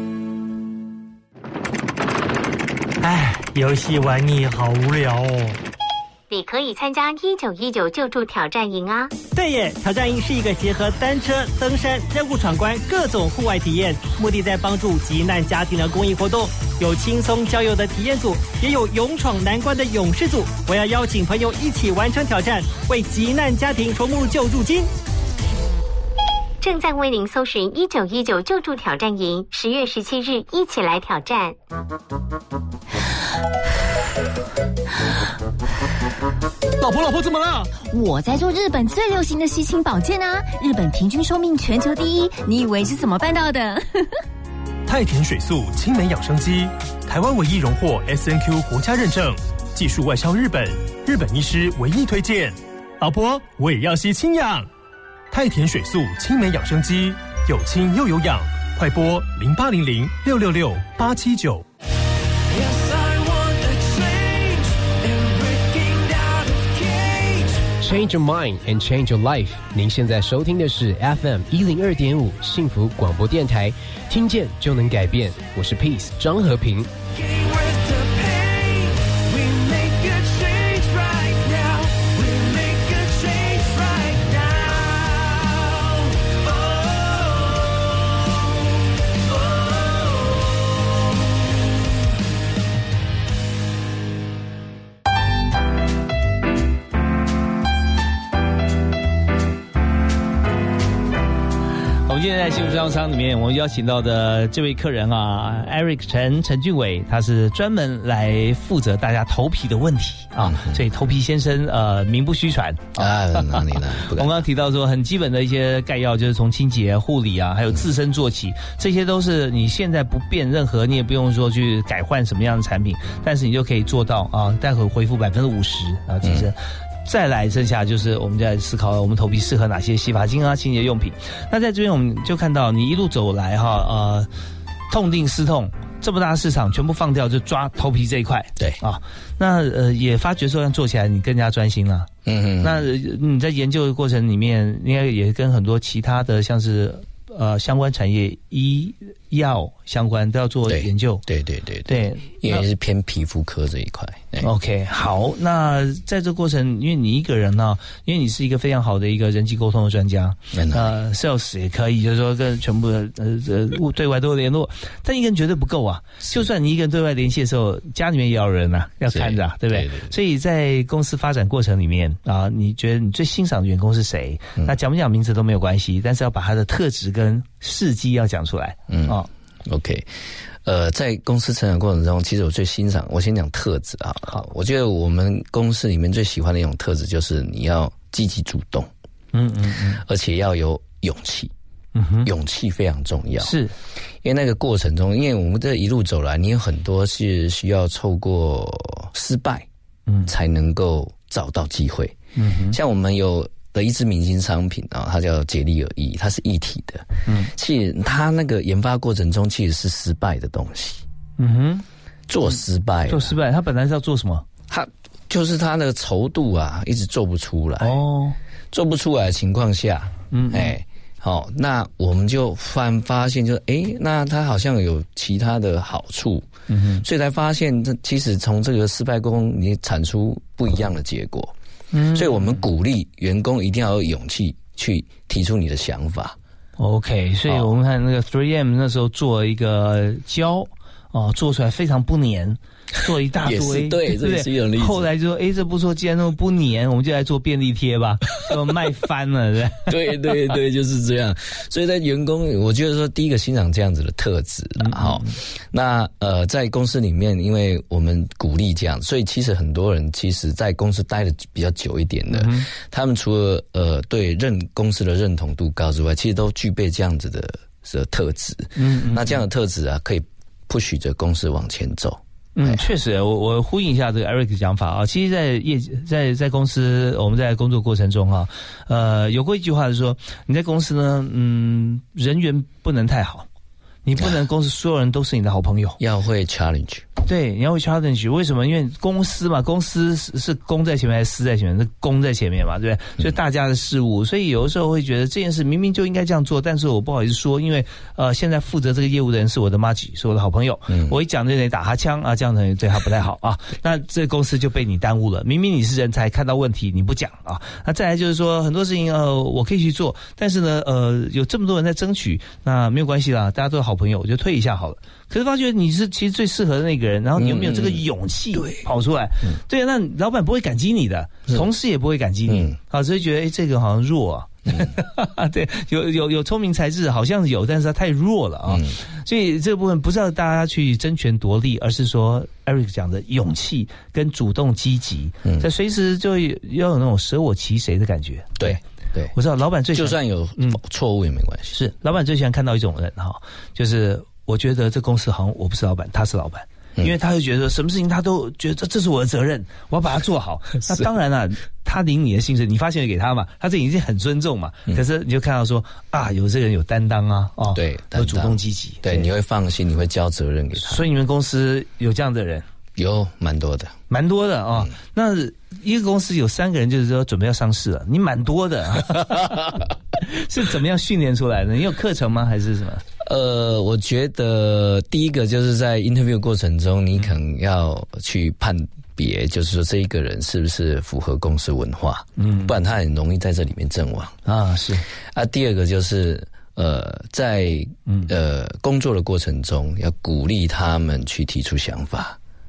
哎，游戏玩腻，好无聊哦。 你可以参加一九一九救助挑战营啊！ 对耶，挑战营是一个结合单车、登山、任务闯关各种户外体验，目的在帮助急难家庭的公益活动。有轻松郊游的体验组，也有勇闯难关的勇士组。我要邀请朋友一起完成挑战，为急难家庭筹募救助金。 正在为您搜寻一九一九救助挑战营，十月十七日一起来挑战。 老婆，老婆怎么了？ 我在做日本最流行的吸氢保健啊！日本平均寿命全球第一，你以为是怎么办到的？ 太田水素青梅养生机，台湾唯一荣获 S N Q 国家认证，技术外销日本，日本医师唯一推荐。老婆，我也要吸氢氧。太田水素青梅养生机，有氢又有氧，快拨零八零零六六六八七九。 Change your mind and change your life。您现在收听的是 F M 一零二点五幸福广播电台，听见就能改变。我是 Peace 张和平。 现在幸福商商里面，我们邀请到的这位客人啊 ，Eric 陈陈俊伟，他是专门来负责大家头皮的问题啊，嗯、所以头皮先生呃名不虚传啊，哪里呢？ 我们刚刚提到说很基本的一些概要，就是从清洁、护理啊，还有自身做起，嗯、这些都是你现在不变任何，你也不用说去改换什么样的产品，但是你就可以做到啊，待会恢复百分之五十啊，其实。嗯再来，剩下就是我们在思考我们头皮适合哪些洗发精啊、清洁用品。那在这边我们就看到你一路走来哈，呃，痛定思痛，这么大的市场全部放掉，就抓头皮这一块。 对啊，那呃也发觉说，这样做起来你更加专心了。嗯嗯。那你在研究的过程里面，应该也跟很多其他的像是呃相关产业、医药相关都要做研究。 对对对 对, 对，因为是偏皮肤科这一块。 OK， 好，那在这过程，因为你一个人呢、啊，因为你是一个非常好的一个人际沟通的专家，呃 ，sales 也可以，就是说跟全部的呃呃对外都有联络，但一个人绝对不够啊。就算你一个人对外联系的时候，家里面也要有人啊，要看着、啊，对不对？对对对，所以在公司发展过程里面啊，你觉得你最欣赏的员工是谁？嗯、那讲不讲名字都没有关系，但是要把他的特质跟事迹要讲出来。嗯啊 ，OK。呃，在公司成长过程中，其实我最欣赏，我先讲特质啊。好，我觉得我们公司里面最喜欢的一种特质，就是你要积极主动，嗯嗯嗯，而且要有勇气，嗯哼，勇气非常重要。是，因为那个过程中，因为我们这一路走来，你有很多是需要透过失败，嗯，才能够找到机会。嗯哼，像我们有的一支明星商品啊，它叫杰利尔液，它是一体的。嗯，其实它那个研发过程中其实是失败的东西。嗯哼，做失败、嗯， 做失败，它本来是要做什么？ 它就是它那个稠度啊，一直做不出来。哦，做不出来的情况下，嗯，哎、欸，好、哦，那我们就发发现就，就、欸、哎，那它好像有其他的好处。嗯哼，所以才发现，这其实从这个失败中，你产出不一样的结果。嗯，所以我们鼓励员工一定要有勇气去提出你的想法。 OK， 所以我们看那个 三 M 那时候做一个胶哦，做出来非常不粘，做一大堆， 也是对，这也是一种例子。 后来就说，哎，这不错，既然那么不粘，我们就来做便利贴吧，就卖翻了， 对对对，就是这样。所以在员工，我觉得说第一个欣赏这样子的特质啦，好、嗯，那呃，在公司里面，因为我们鼓励这样，所以其实很多人其实在公司待的比较久一点的，嗯、他们除了呃对认公司的认同度高之外，其实都具备这样子的的特质。嗯, 嗯，那这样的特质啊，可以push着公司往前走。 嗯，确实，我我呼应一下这个 Eric 的讲法啊。其实，在业在在公司，我们在工作过程中啊，呃，有过一句话是说，你在公司呢，嗯，人缘不能太好，你不能公司所有人都是你的好朋友， 要会 challenge。 对，你要会 challenge。为什么？因为公司嘛，公司是是公在前面还是私在前面？是公在前面嘛，对不对？所以大家的事务，所以有的时候会觉得这件事明明就应该这样做，但是我不好意思说，因为呃，现在负责这个业务的人是我的妈吉，是我的好朋友，嗯、我一讲就得打他枪啊，这样子对他不太好啊。那这个公司就被你耽误了。明明你是人才，看到问题你不讲啊。那再来就是说，很多事情呃，我可以去做，但是呢，呃，有这么多人在争取，那没有关系啦，大家都是好朋友，我就退一下好了。可是发觉你是其实最适合的那个人，然后你有没有这个勇气跑出来？嗯、对, 对，那老板不会感激你的，同事也不会感激你，嗯、啊，所以觉得哎，这个好像弱啊。嗯、对，有有有聪明才智，好像有，但是他太弱了啊。嗯、所以这个部分不是要大家去争权夺利，而是说 Eric 讲的勇气跟主动积极，嗯，在随时就要有那种舍我其谁的感觉。 对。对， 我知道老板最喜欢就算有错误也没关系。 是，老板最喜欢看到一种人哈，就是我觉得这公司好像我不是老板，他是老板，嗯、因为他会觉得什么事情他都觉得这这是我的责任，我要把它做好。那当然了，他领你的薪水，你发现给他嘛，他这已经很尊重嘛。嗯、可是你就看到说啊，有这个人有担当啊，哦， 对， 有主动积极， 对，你会放心，你会交责任给他。 所以你们公司有这样的人？ 有蛮多的， 蛮多的啊、哦。嗯、那一个公司有三个人，就是说准备要上市了，你蛮多的、啊，是怎么样训练出来的？你有课程吗？还是什么？ 呃，我觉得第一个就是在 interview 过程中，你可能要去判别，就是说这一个人是不是符合公司文化，嗯，不然他很容易在这里面阵亡啊。是啊，第二个就是呃，在呃工作的过程中，要鼓励他们去提出想法。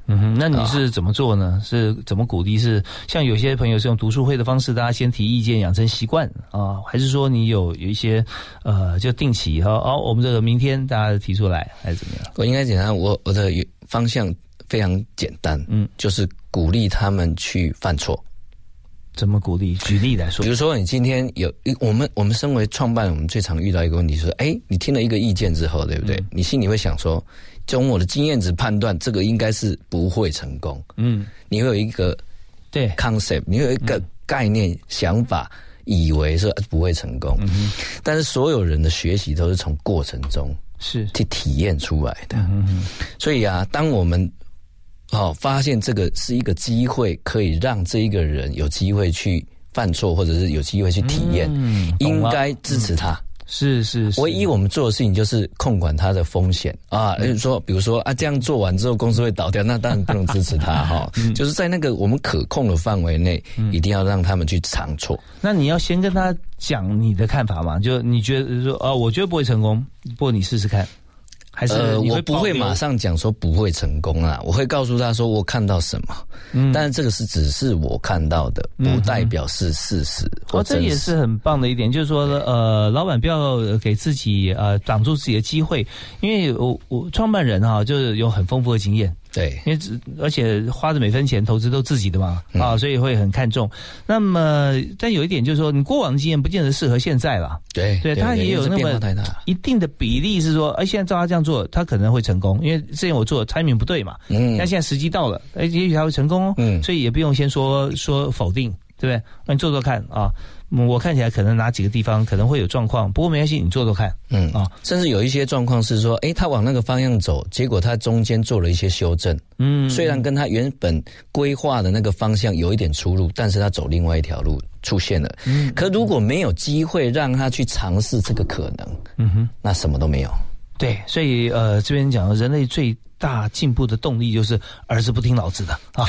嗯哼，那你是怎么做呢？是怎么鼓励？是像有些朋友是用读书会的方式，大家先提意见，养成习惯啊，还是说你有有一些呃，就定期哈，哦，我们这个明天大家提出来，还是怎么样？ 我应该简单，我我的方向非常简单，嗯，就是鼓励他们去犯错。 怎么鼓励？举例来说， 比如说你今天有我们我们身为创办人，我们最常遇到一个问题是，哎，你听了一个意见之后，对不对？嗯、你心里会想说，从我的经验值判断，这个应该是不会成功。嗯，你会有一个对 concept， 你会有一个概念、嗯、想法，以为是不会成功。嗯，但是所有人的学习都是从过程中是去体验出来的。嗯，所以啊，当我们好、哦，发现这个是一个机会，可以让这一个人有机会去犯错，或者是有机会去体验，嗯、应该支持他。嗯、 是是是， 唯一我们做的事情就是控管他的风险啊。就是说，比如说啊，这样做完之后公司会倒掉，那当然不能支持他哈。嗯、就是在那个我们可控的范围内，嗯、一定要让他们去尝错。 那你要先跟他讲你的看法嘛？就你觉得说啊，我觉得不会成功，不过你试试看。还是呃，我不会马上讲说不会成功啊，我会告诉他说我看到什么，嗯，但是这个是只是我看到的，不代表是事实。 哦，这也是很棒的一点，就是说，呃，老板不要给自己呃挡住自己的机会，因为我我创办人哈、啊，就是有很丰富的经验。 对， 因为而且花的每分钱投资都自己的嘛，嗯、啊，所以会很看重。那么，但有一点就是说，你过往的经验不见得适合现在了。 对， 对，他也有那么一定的比例是说，哎，现在照他这样做，他可能会成功，因为之前我做的 timing 不对嘛。嗯。但现在时机到了，哎，也许他会成功哦。嗯。所以也不用先说说否定，对不对？那你做做看啊。我看起来可能哪几个地方可能会有状况，不过没关系，你做做看。嗯啊， 甚至有一些状况是说，哎，他往那个方向走，结果他中间做了一些修正。嗯，虽然跟他原本规划的那个方向有一点出入，但是他走另外一条路出现了。嗯，可如果没有机会让他去尝试这个可能，嗯哼，那什么都没有。 对，所以呃，这边讲人类最大进步的动力就是儿子不听老子的啊。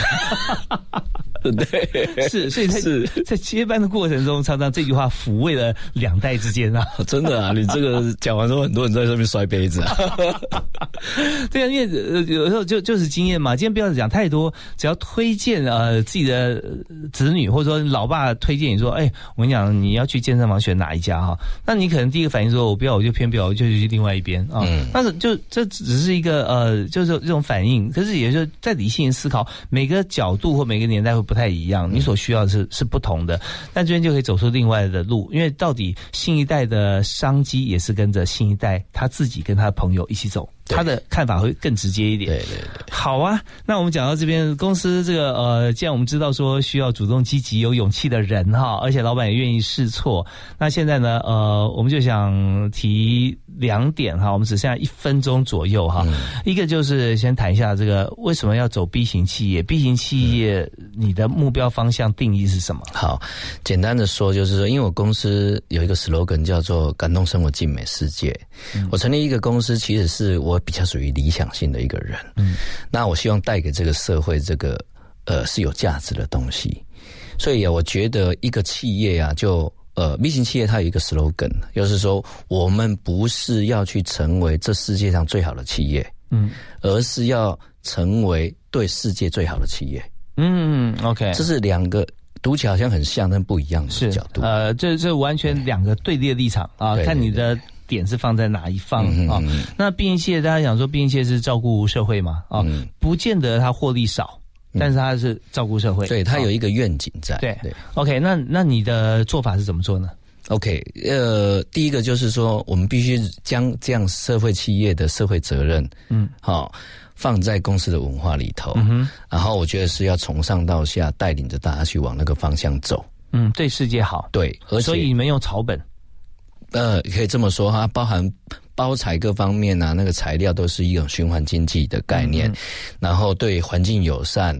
对， 是，所以在在接班的过程中，常常这句话抚慰了两代之间啊。 真的啊，你这个讲完之后，很多人在上面摔杯子啊。 对啊，因为呃有时候就就是经验嘛。今天不要讲太多，只要推荐呃自己的子女，或者说老爸推荐你说，哎，我跟你讲，你要去健身房选哪一家哈？那你可能第一个反应说，我不要，我就偏不要，我就去另外一边啊。嗯，但是就这只是一个呃，就是这种反应。可是也就是在理性思考，每个角度或每个年代会不太一样，你所需要的是是不同的，但这边就可以走出另外的路，因为到底新一代的商机也是跟着新一代他自己跟他的朋友一起走，他的看法会更直接一点。 对对对， 好啊，那我们讲到这边，公司这个呃，既然我们知道说需要主动积极有勇气的人哈，而且老板也愿意试错，那现在呢呃，我们就想提两点哈，我们只剩下一分钟左右哈。嗯、一个就是先谈一下这个为什么要走 B 型企业 ，B 型企业你的目标方向定义是什么？ 好，简单的说就是说，因为我公司有一个 slogan 叫做感动生活静美世界。嗯、我成立一个公司，其实是我比较属于理想性的一个人。嗯，那我希望带给这个社会这个呃是有价值的东西。所以啊，我觉得一个企业啊，就呃 B 型企业它有一个 slogan， 就是说我们不是要去成为这世界上最好的企业，嗯，而是要成为对世界最好的企业。 嗯 ，OK， 这是两个读起来好像很像，但不一样的角度。 呃，这这完全两个对立的立场啊，看你的点是放在哪一方啊。那 B 型企业，大家想说 B 型企业是照顾社会嘛？啊，嗯、不见得它获利少，但是它是照顾社会， 对，它有一个愿景在。 对对 ，OK， 那那你的做法是怎么做呢 ？OK， 呃，第一个就是说，我们必须将这样社会企业的社会责任，嗯，好、哦，放在公司的文化里头。嗯哼，然后我觉得是要从上到下带领着大家去往那个方向走。 嗯，对世界好。 对，而且所以你们用草本， 呃，可以这么说哈，包含包材各方面啊，那个材料都是一种循环经济的概念，嗯、然后对环境友善。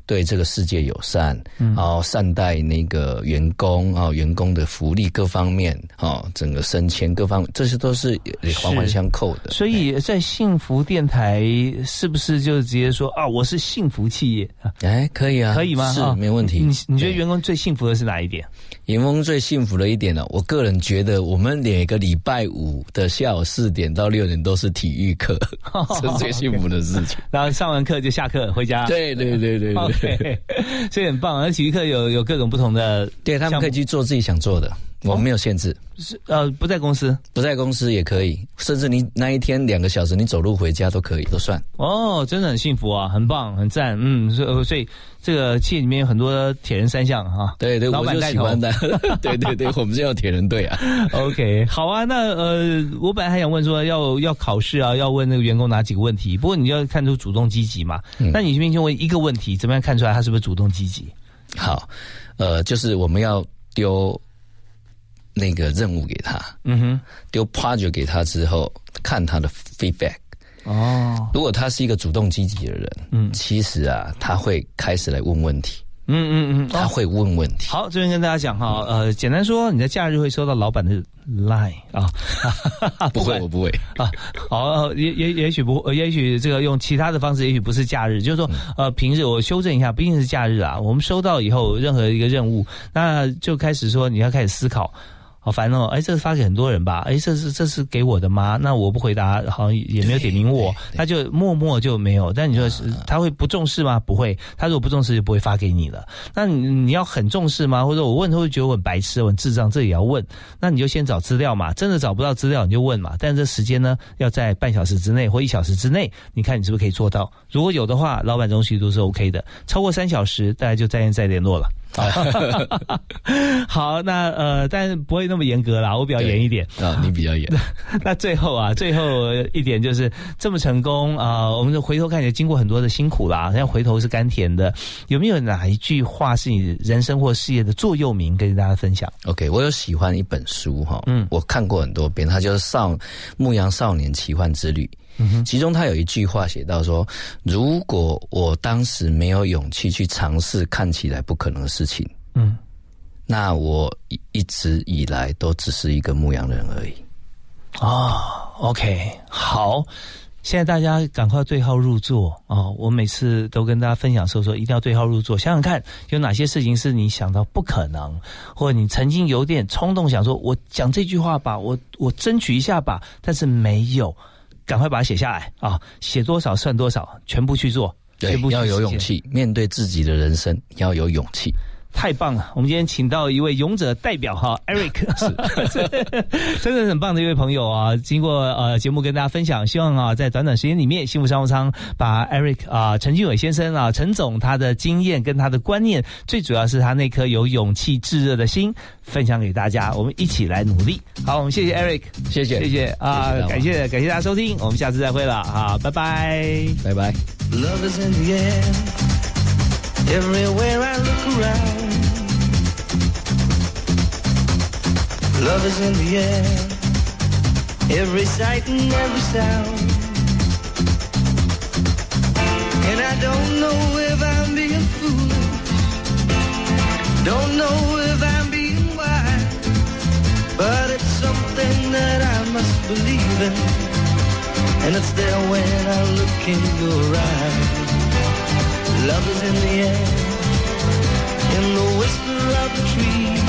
对这个世界友善，嗯，然后善待那个员工啊，员工的福利各方面啊，整个升迁各方面，这些都是环环相扣的。 所以在幸福电台是不是就直接说啊，我是幸福企业？ 哎，可以啊， 可以吗？ 是、哦、没问题。 你你觉得员工最幸福的是哪一点？ 员工最幸福的一点呢，我个人觉得我们每个礼拜五的下午四点到六点都是体育课，这是最幸福的事情。 然后上完课就下课回家。 对对对对对。 Okay, 所以很棒，而体育课有有各种不同的， 对，他们可以去做自己想做的，我们没有限制。 是呃，不在公司， 不在公司也可以，甚至你那一天两个小时你走路回家都可以，都算。 哦，真的很幸福啊，很棒，很赞，嗯，所以所以这个企业里面有很多铁人三项哈、啊， 对对， 老板带头， 我就喜欢的，对对对，我们是有铁人队啊。 OK， 好啊，那呃，我本来还想问说要要考试啊，要问那个员工哪几个问题，不过你要看出主动积极嘛，嗯、那你这边就问一个问题，怎么样看出来他是不是主动积极？ 好，呃，就是我们要丢那个任务给他，嗯哼，丢 project 给他之后，看他的 feedback。哦，如果他是一个主动积极的人，嗯，其实啊，他会开始来问问题。嗯嗯嗯，他会问问题。 好，这边跟大家讲哈，呃，简单说，你在假日会收到老板的 line 啊？ 不会，我不会啊。好，也也也许不，也许这个用其他的方式，也许不是假日，就是说，呃，平日我修正一下，不一定是假日啊。我们收到以后，任何一个任务，那就开始说你要开始思考。好烦哦！哎，这是发给很多人吧？哎，这是这是给我的吗？那我不回答，好像也没有点名我，他就默默就没有。但你说他会不重视吗？不会，他如果不重视就不会发给你了。那你你要很重视吗？或者我问他会觉得我很白痴、我很智障，这也要问。那你就先找资料嘛，真的找不到资料你就问嘛。但这时间呢，要在半小时之内或一小时之内，你看你是不是可以做到？如果有的话，老板东西都是 OK 的。超过三小时，大家就再见再联络了。好，那呃，但是不会那么严格啦，我比较严一点啊，你比较严。 那最后啊，最后一点就是这么成功啊、呃，我们就回头看起来经过很多的辛苦啦，要回头是甘甜的。有没有哪一句话是你人生或事业的座右铭，跟大家分享 ？OK， 我有喜欢一本书哈，嗯，我看过很多遍，它就是《少牧羊少年奇幻之旅》。其中他有一句话写到说，如果我当时没有勇气去尝试看起来不可能的事情，嗯，那我一直以来都只是一个牧羊人而已。 哦 OK， 好，现在大家赶快对号入座哦！我每次都跟大家分享说说，一定要对号入座，想想看有哪些事情是你想到不可能，或者你曾经有点冲动想说，我讲这句话吧，我我争取一下吧，但是没有。赶快把它写下来啊！写多少算多少，全部去做。 对，要有勇气面对自己的人生，要有勇气。 太棒了！我们今天请到一位勇者代表哈 ，Eric， 是真的很棒的一位朋友啊。经过呃节目跟大家分享，希望啊在短短时间里面，幸福商务舱把 Eric 啊陈俊伟先生啊陈总他的经验跟他的观念，最主要是他那颗有勇气炙热的心，分享给大家。我们一起来努力。好，我们谢谢 Eric， 谢谢谢谢啊，感谢感谢大家收听，我们下次再会了啊，拜拜拜拜。 Love is in the air.Everywhere I look around, love is in the air, every sight and every sound. And I don't know if I'm being foolish, don't know if I'm being wise, but it's something that I must believe in, and it's there when I look in your eyes.Love is in the air, in the whisper of the tree.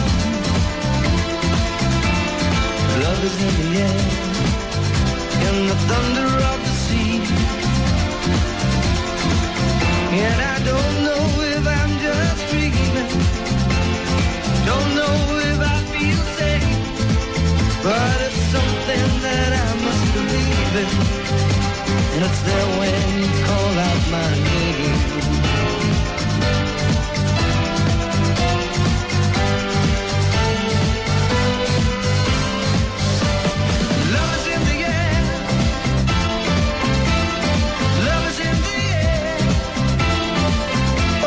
Love is in the air, in the thunder of the sea. And I don't know if I'm just dreaming, don't know if I feel safe, but it's something that I must believe in, and it's there when you call out my name.Love is in the air. Love is in the air. Oh.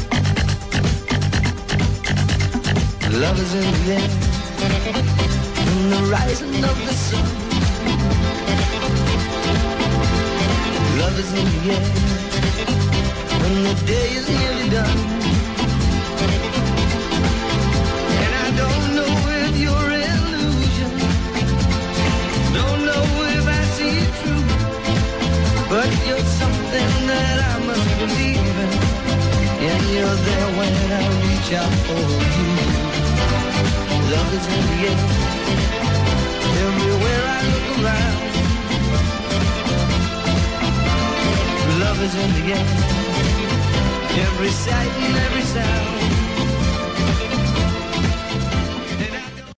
Love is in the air. and the rising of the sun. Love is in the air when the day is nearly done. And I don't know if you're illusion, don't know if I see it true, but you're something that I must believe in, and you're there when I reach out for you. Love is in the air everywhere I look around. Love is in the air, every sight and every sound.